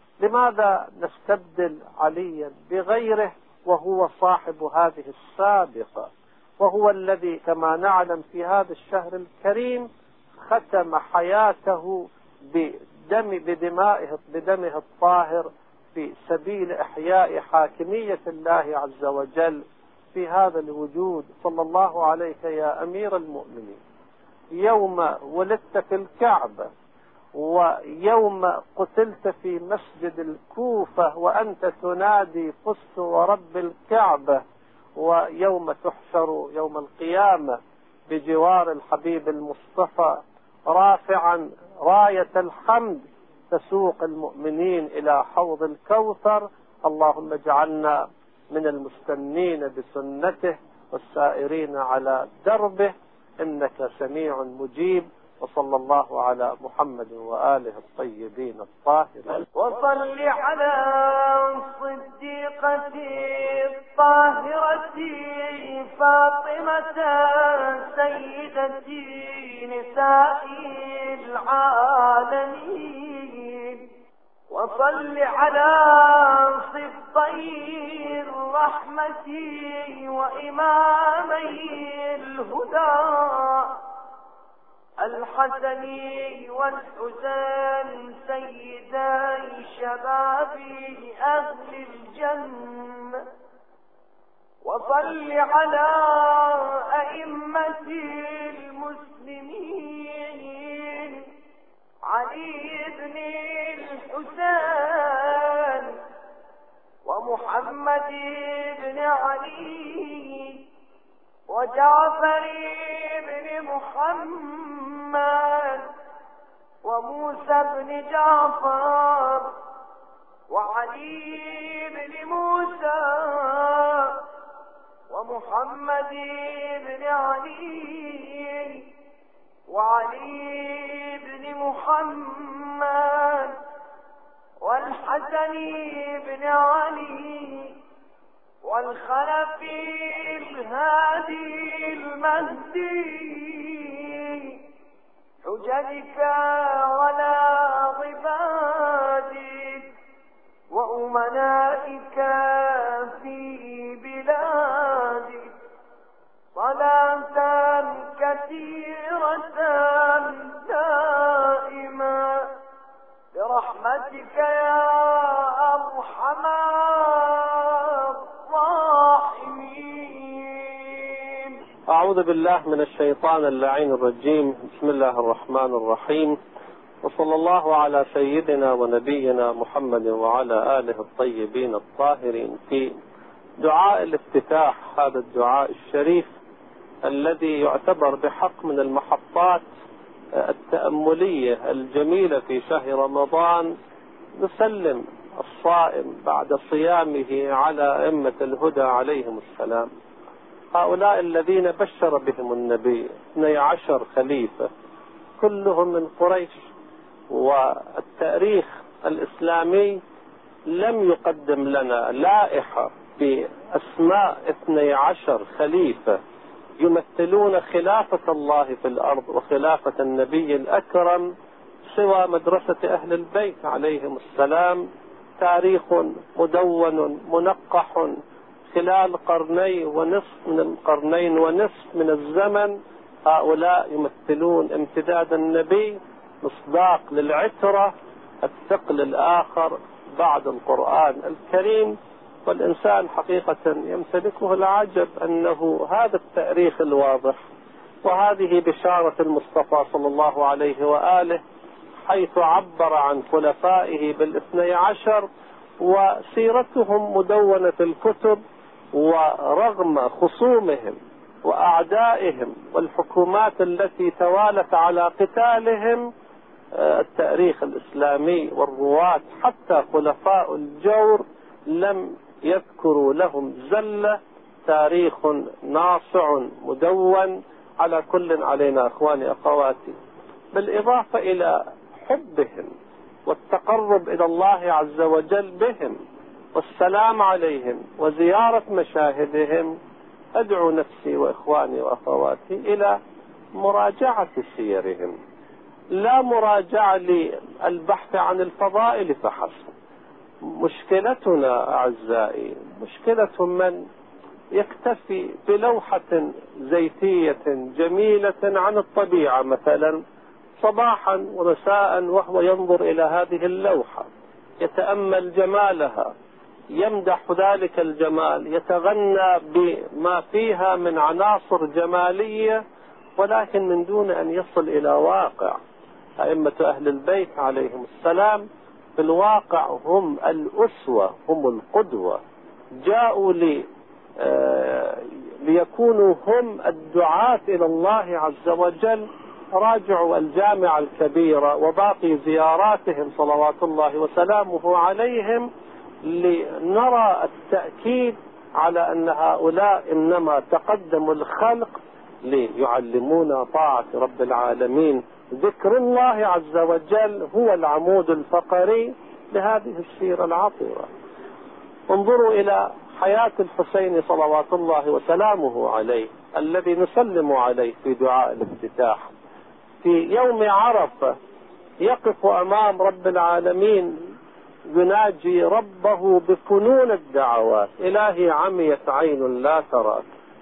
لماذا نستبدل عليا بغيره وهو صاحب هذه السابقة، وهو الذي كما نعلم في هذا الشهر الكريم ختم حياته بدم بدمائه بدمه الطاهر في سبيل إحياء حاكمية الله عز وجل في هذا الوجود. صلى الله عليك يا أمير المؤمنين. يوم ولدت في الكعبة، ويوم قتلت في مسجد الكوفة وأنت تنادي فزت ورب الكعبة، ويوم تحشر يوم القيامة بجوار الحبيب المصطفى رافعا راية الحمد تسوق المؤمنين إلى حوض الكوثر. اللهم اجعلنا من المستنين بسنته والسائرين على دربه، إنك سميع مجيب. وصلى الله على محمد وآله الطيبين الطاهرين. وصل على الصديقة الطاهرة فاطمة سيدتي نساء العالمين، وصل على صفتي الرحمة وإمامي الهدى الحسن والحسين سيدي شباب أهل الجنة. وصل على أئمة المسلمين علي بن الحسين ومحمد بن علي وجعفر بن محمد وموسى بن جعفر وعلي بن موسى ومحمد بن علي وعلي بن محمد والحسن بن علي والخلف الهادي المهدي حججك ولا ضبادك وأمنائك في بلادك صلاة كثيرة دائمة برحمتك يا أرحم الراحمين. أعوذ بالله من الشيطان اللعين الرجيم. بسم الله الرحمن الرحيم، وصلى الله على سيدنا ونبينا محمد وعلى آله الطيبين الطاهرين. في دعاء الافتتاح، هذا الدعاء الشريف الذي يعتبر بحق من المحطات التأملية الجميلة في شهر رمضان، نسلم الصائم بعد صيامه على أئمة الهدى عليهم السلام، هؤلاء الذين بشر بهم النبي اثني عشر خليفة كلهم من قريش. والتاريخ الإسلامي لم يقدم لنا لائحة بأسماء اثني عشر خليفة يمثلون خلافة الله في الأرض وخلافة النبي الأكرم سوى مدرسة أهل البيت عليهم السلام. تاريخ مدون منقح خلال قرني ونصف من القرنين ونصف من الزمن، هؤلاء يمثلون امتداد النبي، مصداق للعترة، الثقل الآخر بعد القرآن الكريم. والإنسان حقيقة يمتلكه العجب أنه هذا التاريخ الواضح وهذه بشارة المصطفى صلى الله عليه وآله، حيث عبر عن خلفائه بالاثني عشر وسيرتهم مدونة في الكتب، ورغم خصومهم وأعدائهم والحكومات التي توالت على قتالهم، التاريخ الإسلامي والرواة حتى خلفاء الجور لم يذكروا لهم زلة. تاريخ ناصع مدون. على كل علينا أخواني أخواتي، بالإضافة إلى حبهم والتقرب إلى الله عز وجل بهم والسلام عليهم وزيارة مشاهدهم، أدعو نفسي وإخواني وأخواتي إلى مراجعة سيرهم، لا مراجعة للبحث عن الفضائل فحسب. مشكلتنا أعزائي مشكلة من يكتفي بلوحة زيتية جميلة عن الطبيعة مثلا صباحا ومساء، وهو ينظر إلى هذه اللوحة يتأمل جمالها، يمدح ذلك الجمال، يتغنى بما فيها من عناصر جمالية، ولكن من دون أن يصل إلى واقع. أئمة أهل البيت عليهم السلام في الواقع هم الأسوة، هم القدوة، جاءوا لي ليكونوا هم الدعاة إلى الله عز وجل. راجعوا الجامعة الكبيرة وباقي زياراتهم صلوات الله وسلامه عليهم لنرى التأكيد على أن هؤلاء إنما تقدموا الخلق ليعلمونا طاعة رب العالمين. ذكر الله عز وجل هو العمود الفقري لهذه السيرة العطرة. انظروا إلى حياة الحسين صلوات الله وسلامه عليه الذي نسلم عليه في دعاء الافتتاح. في يوم عرفة يقف أمام رب العالمين يناجي ربه بفنون الدعوات: إلهي عميت عين لا تراك،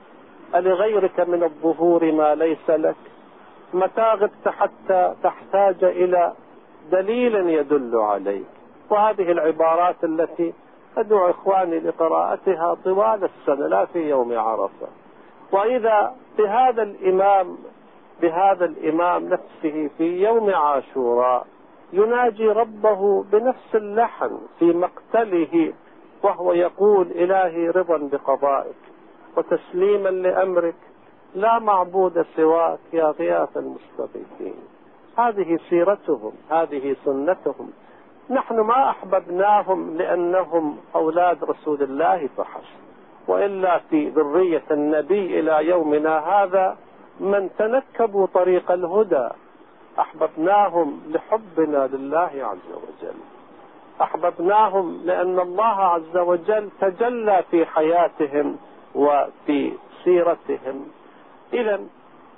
ألغيرك من الظهور ما ليس لك، متى غبت حتى تحتاج إلى دليل يدل عليك. وهذه العبارات التي أدعو إخواني لقراءتها طوال السنة لا في يوم عرفة. وإذا بهذا الإمام بهذا الإمام نفسه في يوم عاشوراء يناجي ربه بنفس اللحن في مقتله، وهو يقول: إلهي رضا بقضائك وتسليما لأمرك، لا معبود سواك يا غياث المستغيثين. هذه سيرتهم، هذه سنتهم. نحن ما أحببناهم لأنهم أولاد رسول الله فحسب، وإلا في ذرية النبي إلى يومنا هذا من تنكبوا طريق الهدى. أحببناهم لحبنا لله عز وجل، أحببناهم لأن الله عز وجل تجلى في حياتهم وفي سيرتهم. إذن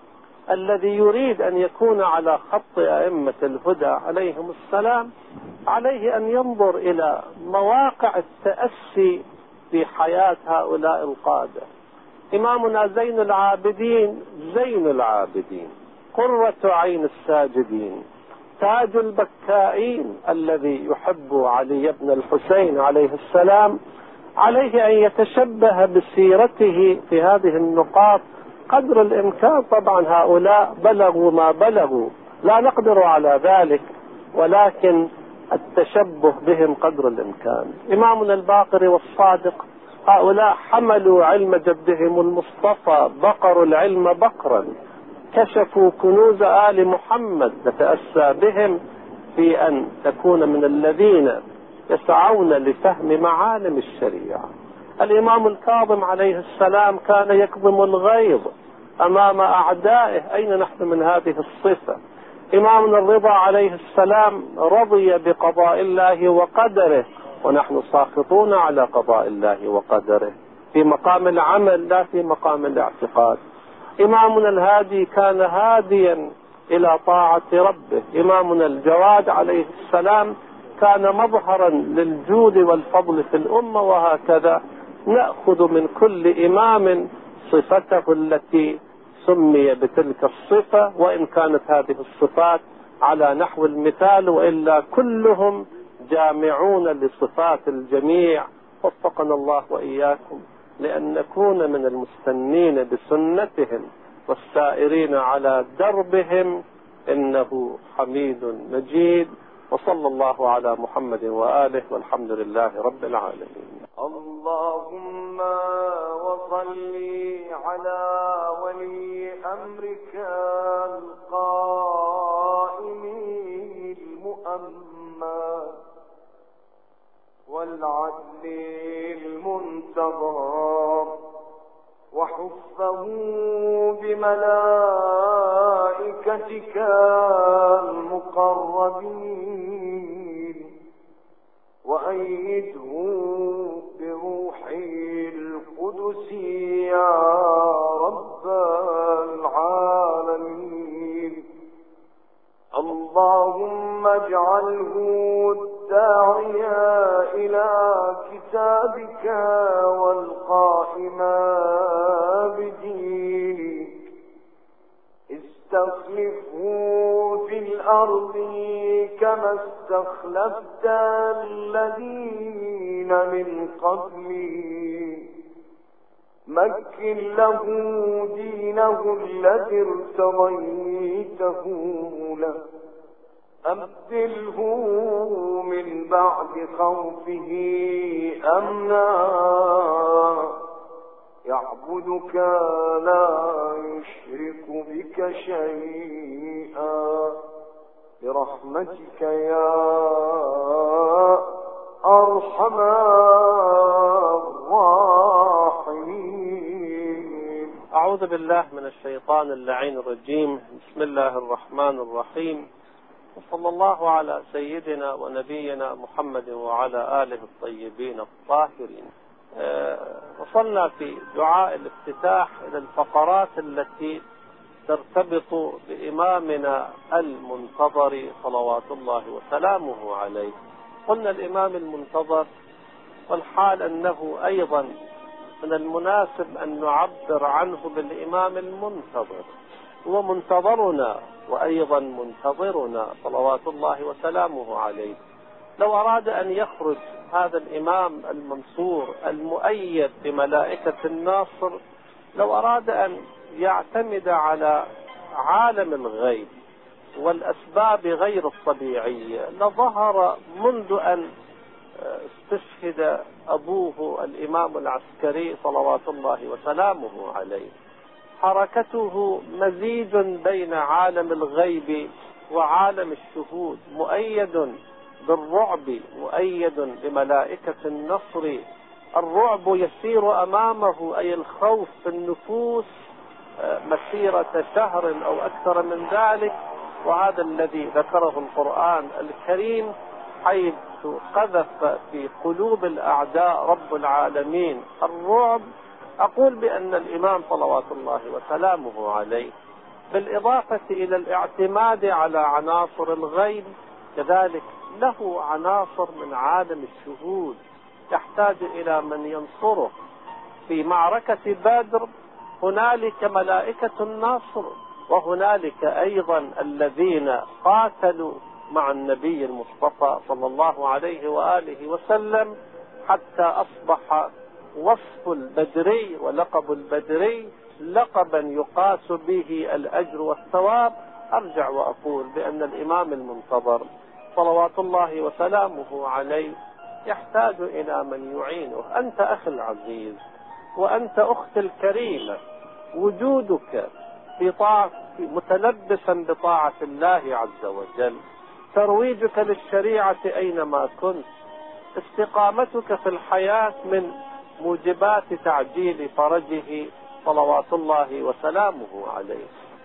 الذي يريد أن يكون على خط أئمة الهدى عليهم السلام عليه أن ينظر إلى مواقع التأسي في حياة هؤلاء القادة. إمامنا زين العابدين زين العابدين، قرة عين الساجدين، تاج البكائين، الذي يحب علي بن الحسين عليه السلام، عليه أن يتشبه بسيرته في هذه النقاط قدر الإمكان. طبعا هؤلاء بلغوا ما بلغوا، لا نقدر على ذلك، ولكن التشبه بهم قدر الإمكان. إمامنا الباقر والصادق هؤلاء حملوا علم جدهم المصطفى، بقروا العلم بقرا، كشفوا كنوز آل محمد. نتأسى بهم في أن تكون من الذين يسعون لفهم معالم الشريعة. الإمام الكاظم عليه السلام كان يكظم الغيظ أمام أعدائه، أين نحن من هذه الصفة؟ إمامنا الرضا عليه السلام رضي بقضاء الله وقدره، ونحن ساخطون على قضاء الله وقدره في مقام العمل لا في مقام الاعتقاد. إمامنا الهادي كان هاديا إلى طاعة ربه. إمامنا الجواد عليه السلام كان مظهرا للجود والفضل في الأمة. وهكذا نأخذ من كل إمام صفته التي سمي بتلك الصفة، وإن كانت هذه الصفات على نحو المثال، وإلا كلهم جامعون لصفات الجميع. وفقنا الله وإياكم لأن نكون من المستنين بسنتهم والسائرين على دربهم، إنه حميد مجيد. وصلى الله على محمد وآله، والحمد لله رب العالمين. اللهم وصل على ولي أمرك القائم المؤمن والعدل المنتظر، وحفه بملائكتك المقربين، وأيده بروح القدس يا رب العالمين. اللهم اجعله الداعيا إلى كتابك والقائم بدينك، استخلفه في الأرض كما استخلفت الذين من قبله، مكن له دينه الذي ارتضيته له، أبدله من بعد خوفه أمنا، يعبدك لا يشرك بك شيئا، برحمتك يا أرحم الراحمين. أعوذ بالله من الشيطان اللعين الرجيم. بسم الله الرحمن الرحيم، وصلى الله على سيدنا ونبينا محمد وعلى آله الطيبين الطاهرين. أه وصلنا في دعاء الافتتاح إلى الفقرات التي ترتبط بإمامنا المنتظر صلوات الله وسلامه عليه. قلنا الإمام المنتظر، والحال أنه أيضا من المناسب أن نعبر عنه بالإمام المنتظر. هو منتظرنا وأيضا منتظرنا صلوات الله وسلامه عليه. لو أراد أن يخرج هذا الإمام المنصور المؤيد بملائكة الناصر، لو أراد أن يعتمد على عالم الغيب والأسباب غير الطبيعية، لظهر منذ أن استشهد أبوه الإمام العسكري صلوات الله وسلامه عليه. حركته مزيج بين عالم الغيب وعالم الشهود، مؤيد بالرعب، مؤيد بملائكة النصر. الرعب يسير أمامه، أي الخوف في النفوس، مسيرة شهر أو أكثر من ذلك، وهذا الذي ذكره القرآن الكريم، حيث قذف في قلوب الأعداء رب العالمين الرعب. أقول بأن الإمام صلوات الله وسلامه عليه بالإضافة إلى الاعتماد على عناصر الغيب، كذلك له عناصر من عالم الشهود، يحتاج إلى من ينصره. في معركة بدر هنالك ملائكة النصر، وهنالك أيضا الذين قاتلوا مع النبي المصطفى صلى الله عليه وآله وسلم، حتى أصبح وصف البدري ولقب البدري لقبا يقاس به الأجر والثواب. أرجع وأقول بأن الإمام المنتظر صلوات الله وسلامه عليه يحتاج إلى من يعينه. أنت أخي العزيز وأنت أختي الكريمة، وجودك في طاعة متلبسا بطاعة الله عز وجل، ترويجك للشريعة أينما كنت، استقامتك في الحياة من موجبات تعجيل فرجه صلوات الله وسلامه عليه.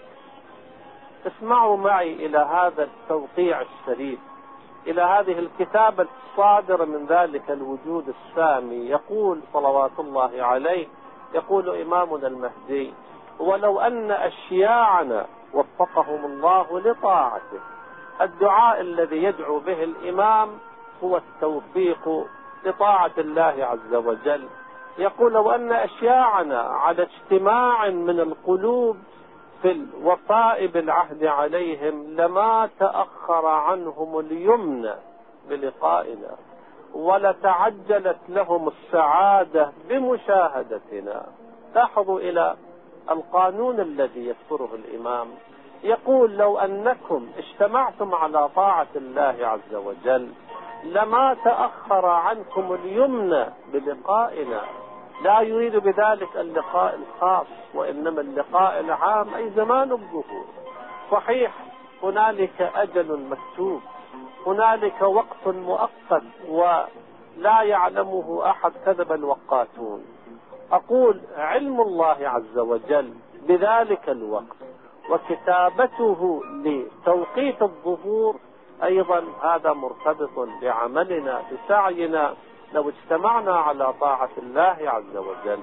اسمعوا معي إلى هذا التوقيع الشريف، إلى هذه الكتابة الصادرة من ذلك الوجود السامي. يقول صلوات الله عليه، يقول إمامنا المهدي: ولو أن أشياعنا وفقهم الله لطاعته. الدعاء الذي يدعو به الإمام هو التوفيق لطاعة الله عز وجل. يقول: لو أن أشياعنا على اجتماع من القلوب في الوفاء بالعهد عليهم لما تأخر عنهم اليمن بلقائنا، ولتعجلت لهم السعادة بمشاهدتنا. لاحظوا إلى القانون الذي يذكره الإمام. يقول: لو أنكم اجتمعتم على طاعة الله عز وجل لما تأخر عنكم اليمن بلقائنا. لا يريد بذلك اللقاء الخاص، وإنما اللقاء العام، أي زمان الظهور. صحيح هنالك أجل مكتوب، هنالك وقت مؤقت ولا يعلمه أحد كذب الوقاتون. أقول: علم الله عز وجل بذلك الوقت وكتابته لتوقيت الظهور أيضا هذا مرتبط بعملنا بسعينا. لو اجتمعنا على طاعة الله عز وجل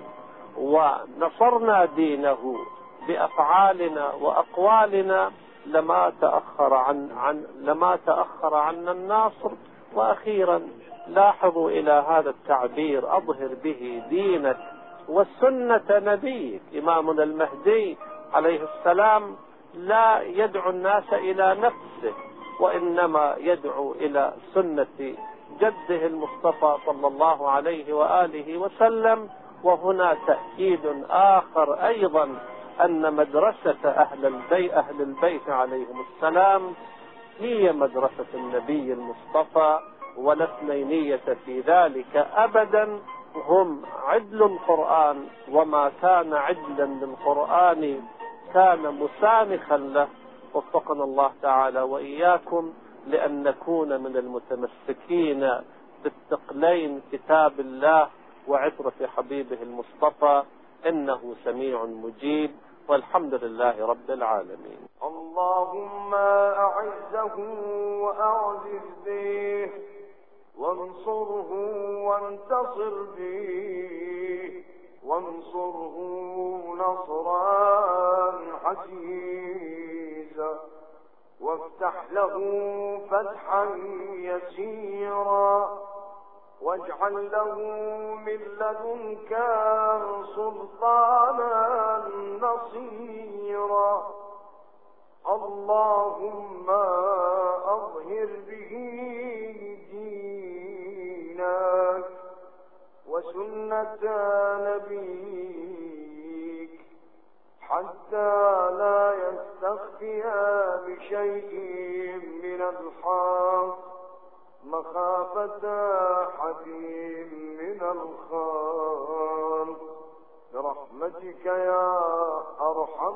ونصرنا دينه بأفعالنا وأقوالنا لما تأخر عن عن لما تأخر عنا الناصر. وأخيرا لاحظوا إلى هذا التعبير: أظهر به دينك وسنة نبيك. إمامنا المهدي عليه السلام لا يدعو الناس إلى نفسه، وإنما يدعو إلى سنة جده المصطفى صلى الله عليه وآله وسلم. وهنا تأكيد آخر أيضا أن مدرسة أهل البيت, أهل البيت عليهم السلام هي مدرسة النبي المصطفى، ولا اثنينية في ذلك أبدا. هم عدل القرآن، وما كان عدلا للقرآن كان مسانخا له. وفقنا الله تعالى وإياكم لأن نكون من المتمسكين بالثقلين كتاب الله وعطرة حبيبه المصطفى، إنه سميع مجيب، والحمد لله رب العالمين. اللهم أعزه وأعزز به، وانصره وانتصر به، وانصره نصرا عزيزا. وافتح له فتحا يسيرا واجعل له من لدنك سلطانا نصيرا. اللهم أظهر به دينك وسنة نبيك حتى لا يستخفي بشيء من الحق مخافة أحد من الخلق برحمتك يا أرحم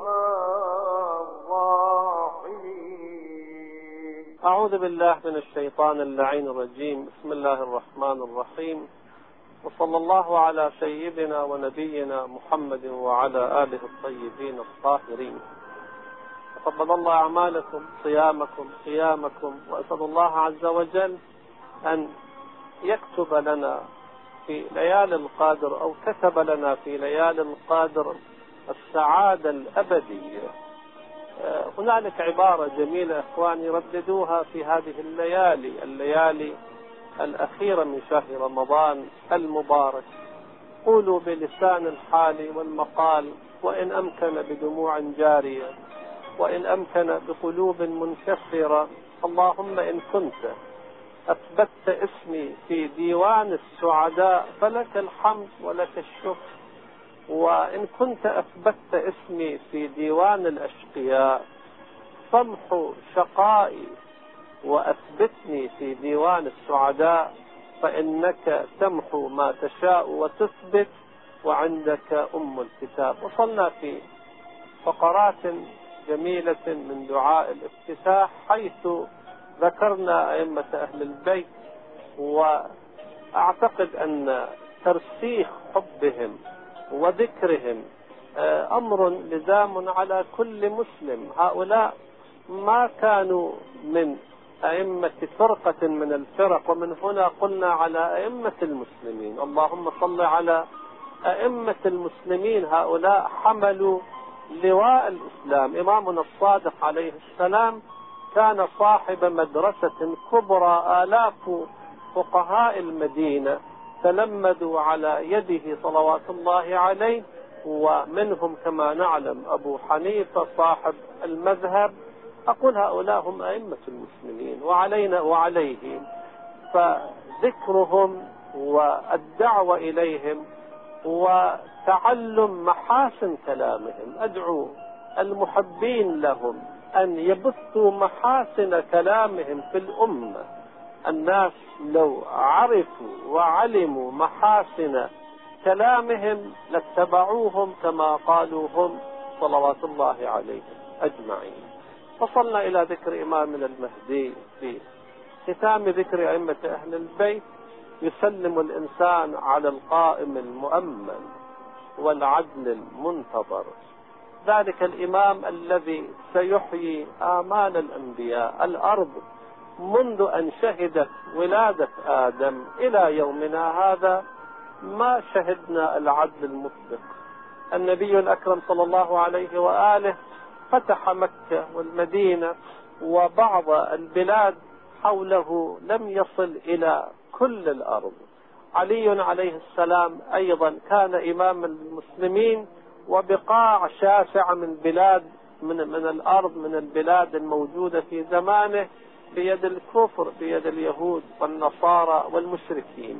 الراحمين. أعوذ بالله من الشيطان اللعين الرجيم. بسم الله الرحمن الرحيم، وصلى الله على سيدنا ونبينا محمد وعلى آله الطيبين الطاهرين. تقبل الله أعمالكم، صيامكم، قيامكم، وأسأل الله عز وجل أن يكتب لنا في ليالي القادر أو كتب لنا في ليالي القادر السعادة الأبدية. هنالك عبارة جميلة إخواني رددوها في هذه الليالي الليالي الأخيرة من شهر رمضان المبارك. قولوا بلسان الحال والمقال، وإن أمكن بدموع جارية، وإن أمكن بقلوب منكسرة: اللهم إن كنت أثبتت اسمي في ديوان السعداء فلك الحمد ولك الشكر، وإن كنت أثبتت اسمي في ديوان الأشقياء فامحو شقائي وأثبتني في ديوان السعداء، فإنك تمحو ما تشاء وتثبت وعندك أم الكتاب. وصلنا في فقرات جميلة من دعاء الافتتاح حيث ذكرنا أئمة أهل البيت، وأعتقد أن ترسيخ حبهم وذكرهم أمر لزام على كل مسلم. هؤلاء ما كانوا من أئمة فرقة من الفرق، ومن هنا قلنا على أئمة المسلمين. اللهم صل على أئمة المسلمين، هؤلاء حملوا لواء الإسلام. إمامنا الصادق عليه السلام كان صاحب مدرسة كبرى، آلاف فقهاء المدينة تلمذوا على يده صلوات الله عليه، ومنهم كما نعلم أبو حنيفة صاحب المذهب. أقول هؤلاء هم أئمة المسلمين وعلينا وعليهم، فذكرهم والدعوة إليهم وتعلم محاسن كلامهم. أدعو المحبين لهم أن يبثوا محاسن كلامهم في الأمة. الناس لو عرفوا وعلموا محاسن كلامهم لاتبعوهم كما قالوا هم صلوات الله عليهم أجمعين. وصلنا إلى ذكر إمامنا المهدي في ختام ذكر أئمة أهل البيت. يسلم الإنسان على القائم المؤمن والعدل المنتظر، ذلك الإمام الذي سيحيي آمال الأنبياء. الأرض منذ أن شهدت ولادة آدم إلى يومنا هذا ما شهدنا العدل المطلق. النبي الأكرم صلى الله عليه وآله فتح مكة والمدينة وبعض البلاد حوله، لم يصل إلى كل الأرض. علي عليه السلام أيضا كان إمام المسلمين، وبقاع شاسعة من بلاد من, من الأرض من البلاد الموجودة في زمانه بيد الكفر، بيد اليهود والنصارى والمشركين.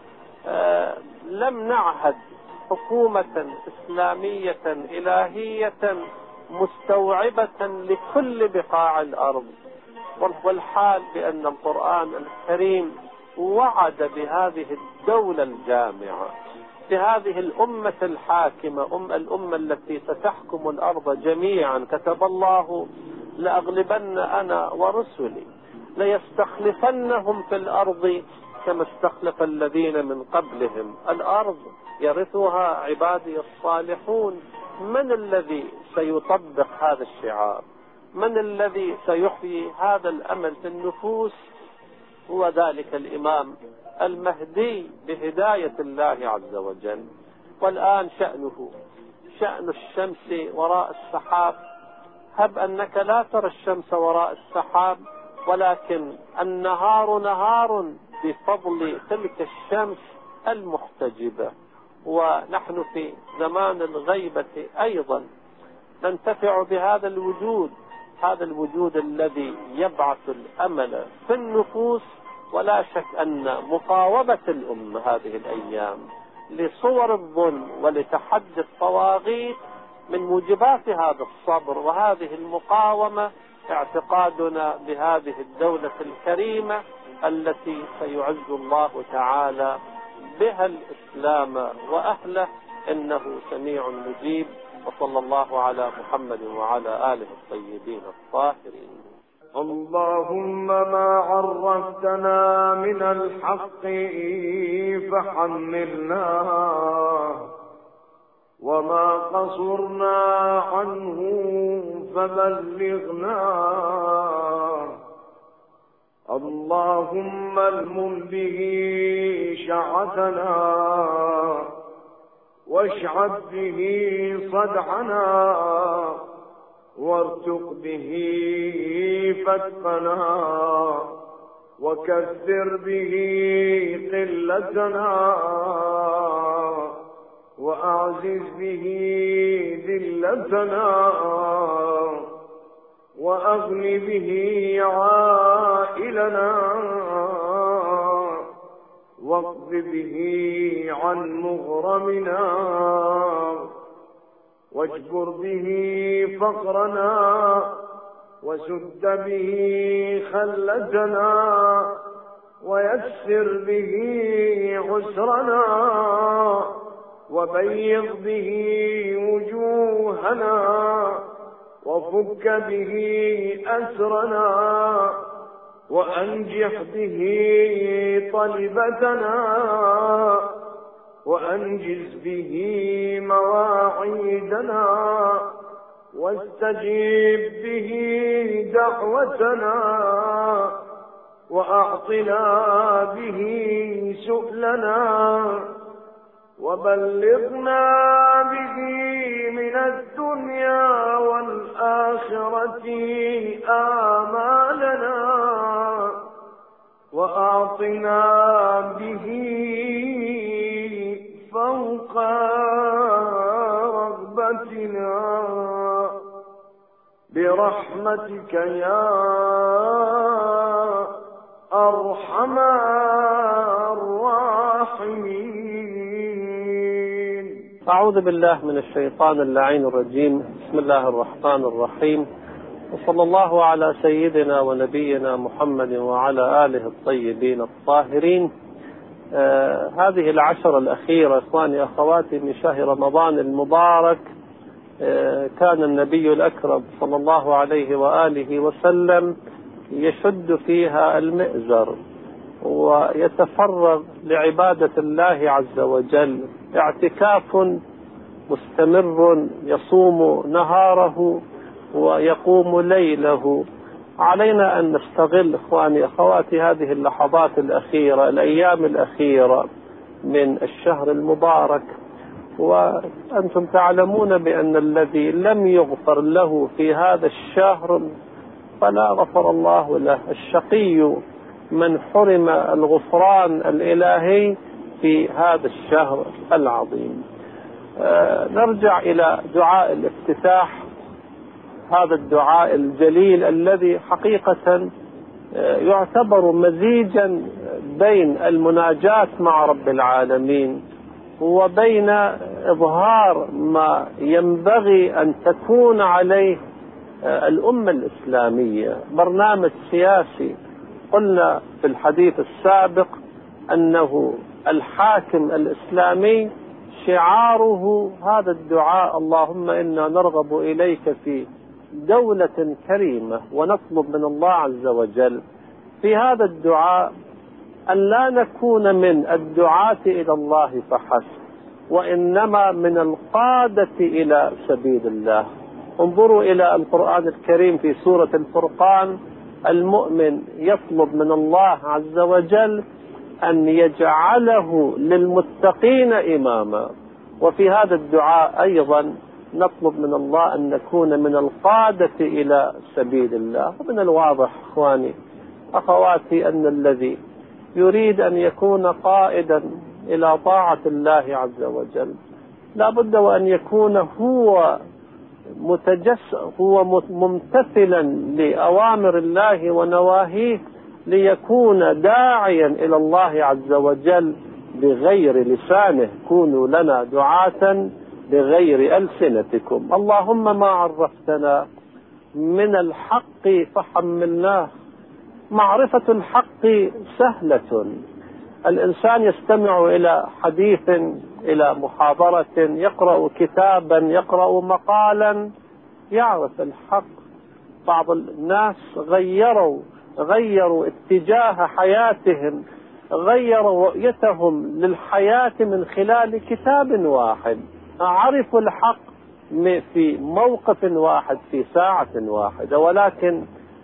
آه لم نعهد حكومة إسلامية إلهية مستوعبة لكل بقاع الأرض، والحال بأن القرآن الكريم وعد بهذه الدولة الجامعة، بهذه الأمة الحاكمة، أم الأمة التي ستحكم الأرض جميعا. كتب الله: لأغلبن أنا ورسلي، ليستخلفنهم في الأرض كما استخلف الذين من قبلهم. الأرض يرثها عبادي الصالحون. من الذي سيطبق هذا الشعار؟ من الذي سيحيي هذا الأمل في النفوس؟ هو ذلك الإمام المهدي بهداية الله عز وجل. والآن شأنه شأن الشمس وراء السحاب. هب أنك لا ترى الشمس وراء السحاب، ولكن النهار نهار بفضل تلك الشمس المحتجبة. ونحن في زمان الغيبة أيضا ننتفع بهذا الوجود، هذا الوجود الذي يبعث الأمل في النفوس. ولا شك أن مقاومة الأمة هذه الأيام لصور الظلم ولتحدي الطواغيت من موجبات هذا الصبر وهذه المقاومة اعتقادنا بهذه الدولة الكريمة التي سيعز الله تعالى بها الإسلام وأهله، إنه سميع مجيب. وصلى الله على محمد وعلى آله الطيبين الطاهرين. اللهم ما عرفتنا من الحق فحملناه، وما قصرنا عنه فبلغناه. اللهم المم به شعثنا، واشعب به صدعنا، وارتق به فتقنا، وكثر به قلتنا، وأعزز به ذلتنا، وأغن به عائلنا، واقض به عن مغرمنا، واجبر به فقرنا، وسد به خلتنا، ويسر به عسرنا، وبيض به وجوهنا، وفك به أسرنا، وأنجح به طلبتنا، وأنجز به مواعيدنا، واستجيب به دعوتنا، وأعطنا به سؤلنا، وبلغنا به من الدنيا والآخرة آمالنا، وأعطنا به فوق رغبتنا برحمتك يا أرحم الراحمين. أعوذ بالله من الشيطان اللعين الرجيم. بسم الله الرحمن الرحيم، وصلى الله على سيدنا ونبينا محمد وعلى آله الطيبين الطاهرين. آه هذه العشر الأخيرة إخواني أخواتي من شهر رمضان المبارك، آه كان النبي الأكرم صلى الله عليه وآله وسلم يشد فيها المئزر ويتفرغ لعبادة الله عز وجل، اعتكاف مستمر يصوم نهاره ويقوم ليله. علينا أن نستغل إخواني أخواتي هذه اللحظات الأخيرة، الأيام الأخيرة من الشهر المبارك. وأنتم تعلمون بأن الذي لم يغفر له في هذا الشهر فلا غفر الله له. الشقي من حرم الغفران الإلهي في هذا الشهر العظيم. آه نرجع إلى دعاء الافتتاح، هذا الدعاء الجليل الذي حقيقة يعتبر مزيجا بين المناجاة مع رب العالمين وبين إظهار ما ينبغي أن تكون عليه الأمة الإسلامية، برنامج سياسي. قلنا في الحديث السابق أنه الحاكم الإسلامي شعاره هذا الدعاء: اللهم إنا نرغب إليك في دولة كريمة، ونطلب من الله عز وجل في هذا الدعاء أن لا نكون من الدعاة إلى الله فحسب، وإنما من القادة إلى سبيل الله. انظروا إلى القرآن الكريم في سورة الفرقان، المؤمن يطلب من الله عز وجل أن يجعله للمتقين إماما. وفي هذا الدعاء أيضا نطلب من الله أن نكون من القادة إلى سبيل الله. ومن الواضح إخواني أخواتي أن الذي يريد أن يكون قائدا إلى طاعة الله عز وجل لا بد وأن يكون هو متجس هو ممتثلا لأوامر الله ونواهيه، ليكون داعيا إلى الله عز وجل بغير لسانه. كونوا لنا دعاة بغير ألسنتكم. اللهم ما عرفتنا من الحق فحملناه. معرفة الحق سهلة. الإنسان يستمع إلى حديث، إلى محاضرة، يقرأ كتابا، يقرأ مقالا، يعرف الحق. بعض الناس غيروا غيروا اتجاه حياتهم، غيروا رؤيتهم للحياة من خلال كتاب واحد. عرفوا الحق في موقف واحد في ساعة واحدة. ولكن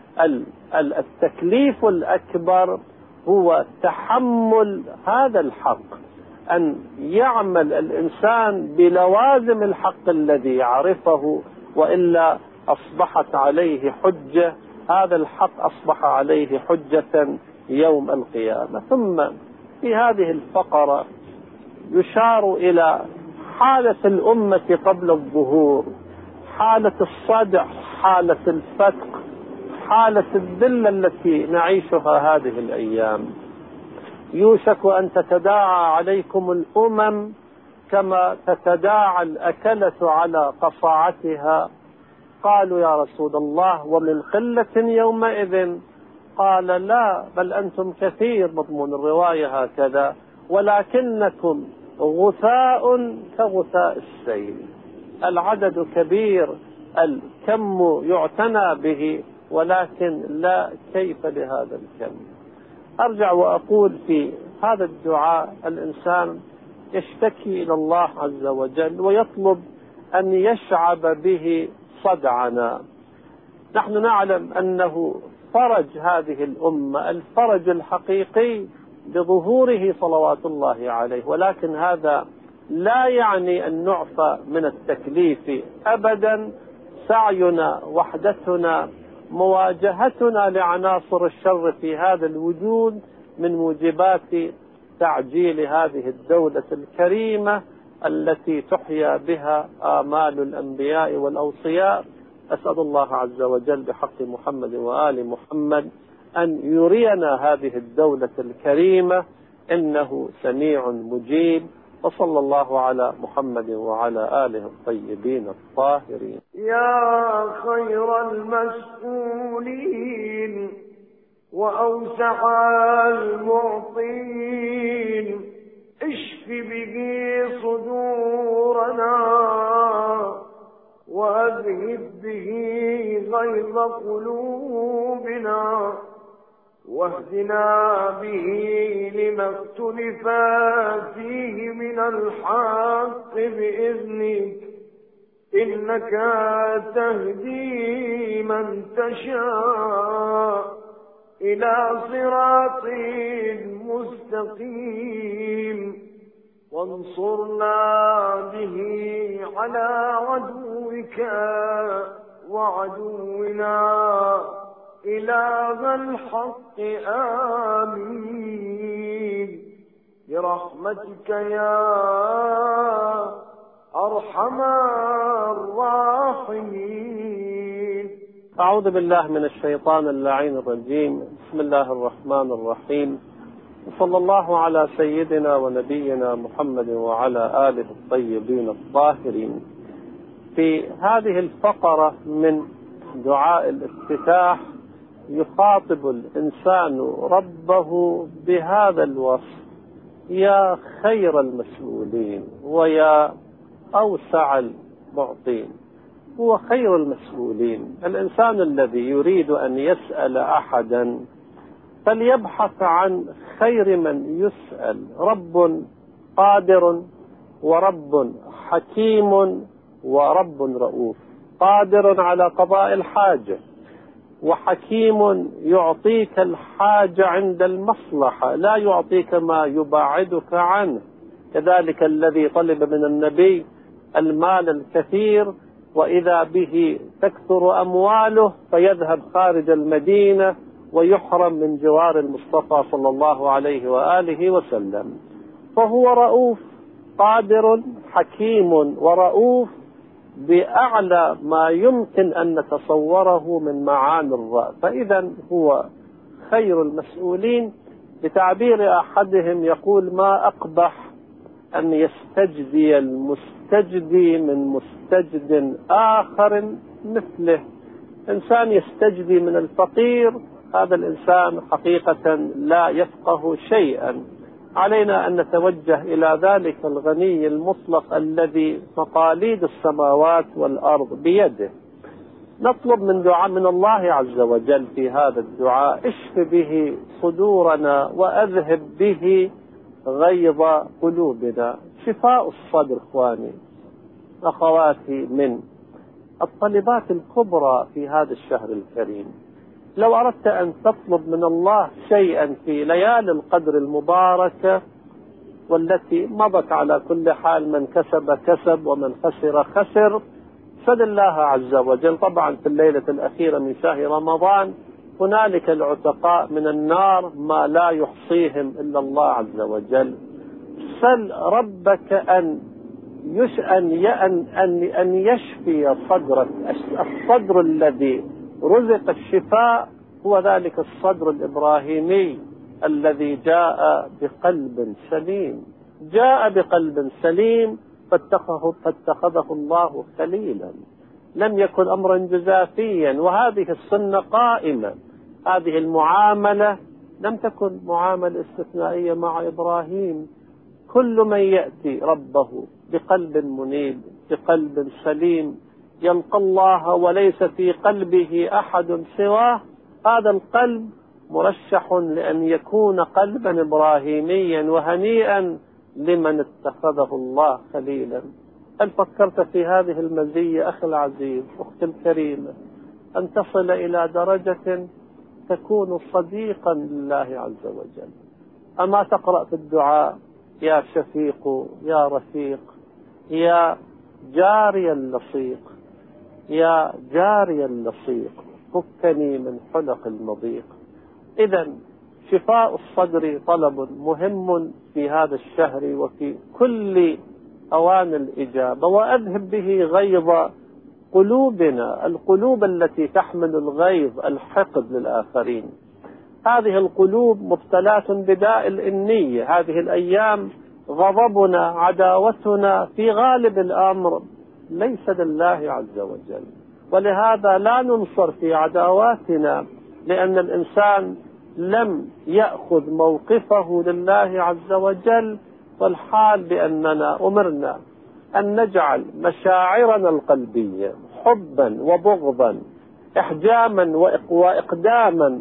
التكليف الأكبر هو تحمل هذا الحق، أن يعمل الإنسان بلوازم الحق الذي عرفه، وإلا أصبحت عليه حجة. هذا الحق أصبح عليه حجة يوم القيامة. ثم في هذه الفقرة يشار إلى حالة الأمة قبل الظهور، حالة الصدع، حالة الفتق، حالة الذلة التي نعيشها هذه الأيام. يوشك أن تتداعى عليكم الأمم كما تتداعى الأكلة على قصاعتها. قالوا يا رسول الله ومن قلة يومئذ؟ قال لا، بل أنتم كثير، مضمون الرواية هكذا، ولكنكم غثاء كغثاء السيل. العدد كبير، الكم يعتنى به، ولكن لا كيف لهذا الكم. أرجع وأقول في هذا الدعاء الإنسان يشتكي إلى الله عز وجل ويطلب أن يشعب به صدعنا. نحن نعلم أنه فرج هذه الأمة الفرج الحقيقي بظهوره صلوات الله عليه، ولكن هذا لا يعني أن نعفى من التكليف أبدا. سعينا، وحدتنا، مواجهتنا لعناصر الشر في هذا الوجود من موجبات تعجيل هذه الدولة الكريمة التي تحيا بها آمال الأنبياء والأوصياء. أسأل الله عز وجل بحق محمد وآل محمد أن يرينا هذه الدولة الكريمة، إنه سميع مجيب. وصلى الله على محمد وعلى آله الطيبين الطاهرين. يا خير المسؤولين وأوسع المعطين، اشف به صدورنا وأذهب به غيظ قلوبنا، واهدنا به لما اختلف فيه من الحق بإذنك، إنك تهدي من تشاء إلى صراط مستقيم، وانصرنا به على عدوك وعدونا إله الحق. آمين برحمتك يا أرحم الراحمين. أعوذ بالله من الشيطان اللعين الرجيم. بسم الله الرحمن الرحيم. وصلى الله على سيدنا ونبينا محمد وعلى آله الطيبين الطاهرين. في هذه الفقرة من دعاء الافتتاح يخاطب الإنسان ربه بهذا الوصف: يا خير المسؤولين ويا أوسع المعطين. هو خير المسؤولين. الإنسان الذي يريد أن يسأل أحدا فليبحث عن خير من يسأل. رب قادر، ورب حكيم، ورب رؤوف. قادر على قضاء الحاجة، وحكيم يعطيك الحاجة عند المصلحة، لا يعطيك ما يبعدك عنه. كذلك الذي طلب من النبي المال الكثير وإذا به تكثر أمواله فيذهب خارج المدينة ويحرم من جوار المصطفى صلى الله عليه وآله وسلم. فهو رؤوف قادر حكيم ورؤوف بأعلى ما يمكن أن نتصوره من معاني الرأفة. فإذا هو خير المسؤولين. بتعبير أحدهم يقول: ما أقبح أن يستجدي المستجدي من مستجد آخر مثله. إنسان يستجدي من الفقير، هذا الإنسان حقيقة لا يفقه شيئا. علينا أن نتوجه إلى ذلك الغني المطلق الذي مقاليد السماوات والأرض بيده. نطلب من دعاء من الله عز وجل في هذا الدعاء: اشف به صدورنا وأذهب به غيظ قلوبنا. شفاء الصدر إخواني أخواتي من الطلبات الكبرى في هذا الشهر الكريم. لو أردت أن تطلب من الله شيئا في ليالي القدر المباركة والتي مضت على كل حال، من كسب كسب ومن خسر خسر، سل الله عز وجل. طبعا في الليلة الأخيرة من شهر رمضان هنالك العتقاء من النار ما لا يحصيهم إلا الله عز وجل. سل ربك أن يش أن أن أن يشفي صدرك. الصدر الذي رزق الشفاء هو ذلك الصدر الإبراهيمي الذي جاء بقلب سليم، جاء بقلب سليم فاتخذه, فاتخذه الله خليلا. لم يكن أمرا جزافيا. وهذه السنة قائمة. هذه المعاملة لم تكن معاملة استثنائية مع إبراهيم. كل من يأتي ربه بقلب منيب بقلب سليم يلقى الله وليس في قلبه أحد سواه، هذا القلب مرشح لأن يكون قلبا إبراهيميا. وهنيئا لمن اتخذه الله خليلا. هل فكرت في هذه المزية أخي العزيز أختي الكريمة، أن تصل إلى درجة تكون صديقا لله عز وجل؟ أما تقرأ في الدعاء: يا شفيق يا رفيق يا جاري اللصيق يا جاري اللصيق فكني من حلق المضيق. إذا شفاء الصدر طلب مهم في هذا الشهر وفي كل أوان الإجابة. وأذهب به غيظ قلوبنا، القلوب التي تحمل الغيظ الحقد للآخرين. هذه القلوب مبتلاة بداء الإنية. هذه الأيام غضبنا عداوتنا في غالب الأمر ليس لله عز وجل، ولهذا لا ننصر في عداواتنا، لأن الإنسان لم يأخذ موقفه لله عز وجل. والحال بأننا أمرنا أن نجعل مشاعرنا القلبية حبا وبغضا، إحجاما وإقداما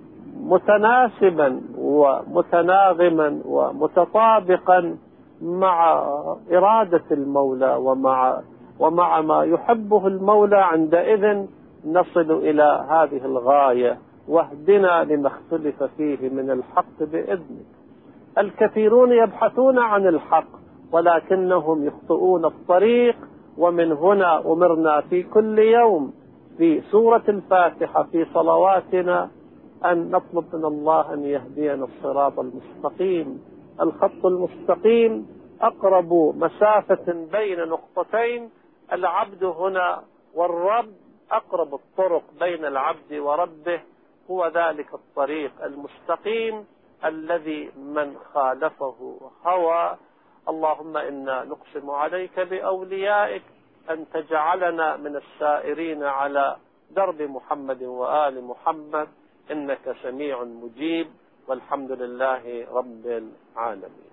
متناسبا ومتناغما ومتطابقا مع إرادة المولى ومع ومع ما يحبه المولى. عندئذ نصل إلى هذه الغاية. واهدنا لما اختلف فيه من الحق بإذنك. الكثيرون يبحثون عن الحق ولكنهم يخطئون الطريق. ومن هنا أمرنا في كل يوم في سورة الفاتحة في صلواتنا أن نطلب من الله أن يهدينا الصراط المستقيم. الخط المستقيم أقرب مسافة بين نقطتين، العبد هنا والرب. أقرب الطرق بين العبد وربه هو ذلك الطريق المستقيم الذي من خالفه هوى. اللهم إنا نقسم عليك بأوليائك أن تجعلنا من السائرين على درب محمد وآل محمد، إنك سميع مجيب، والحمد لله رب العالمين.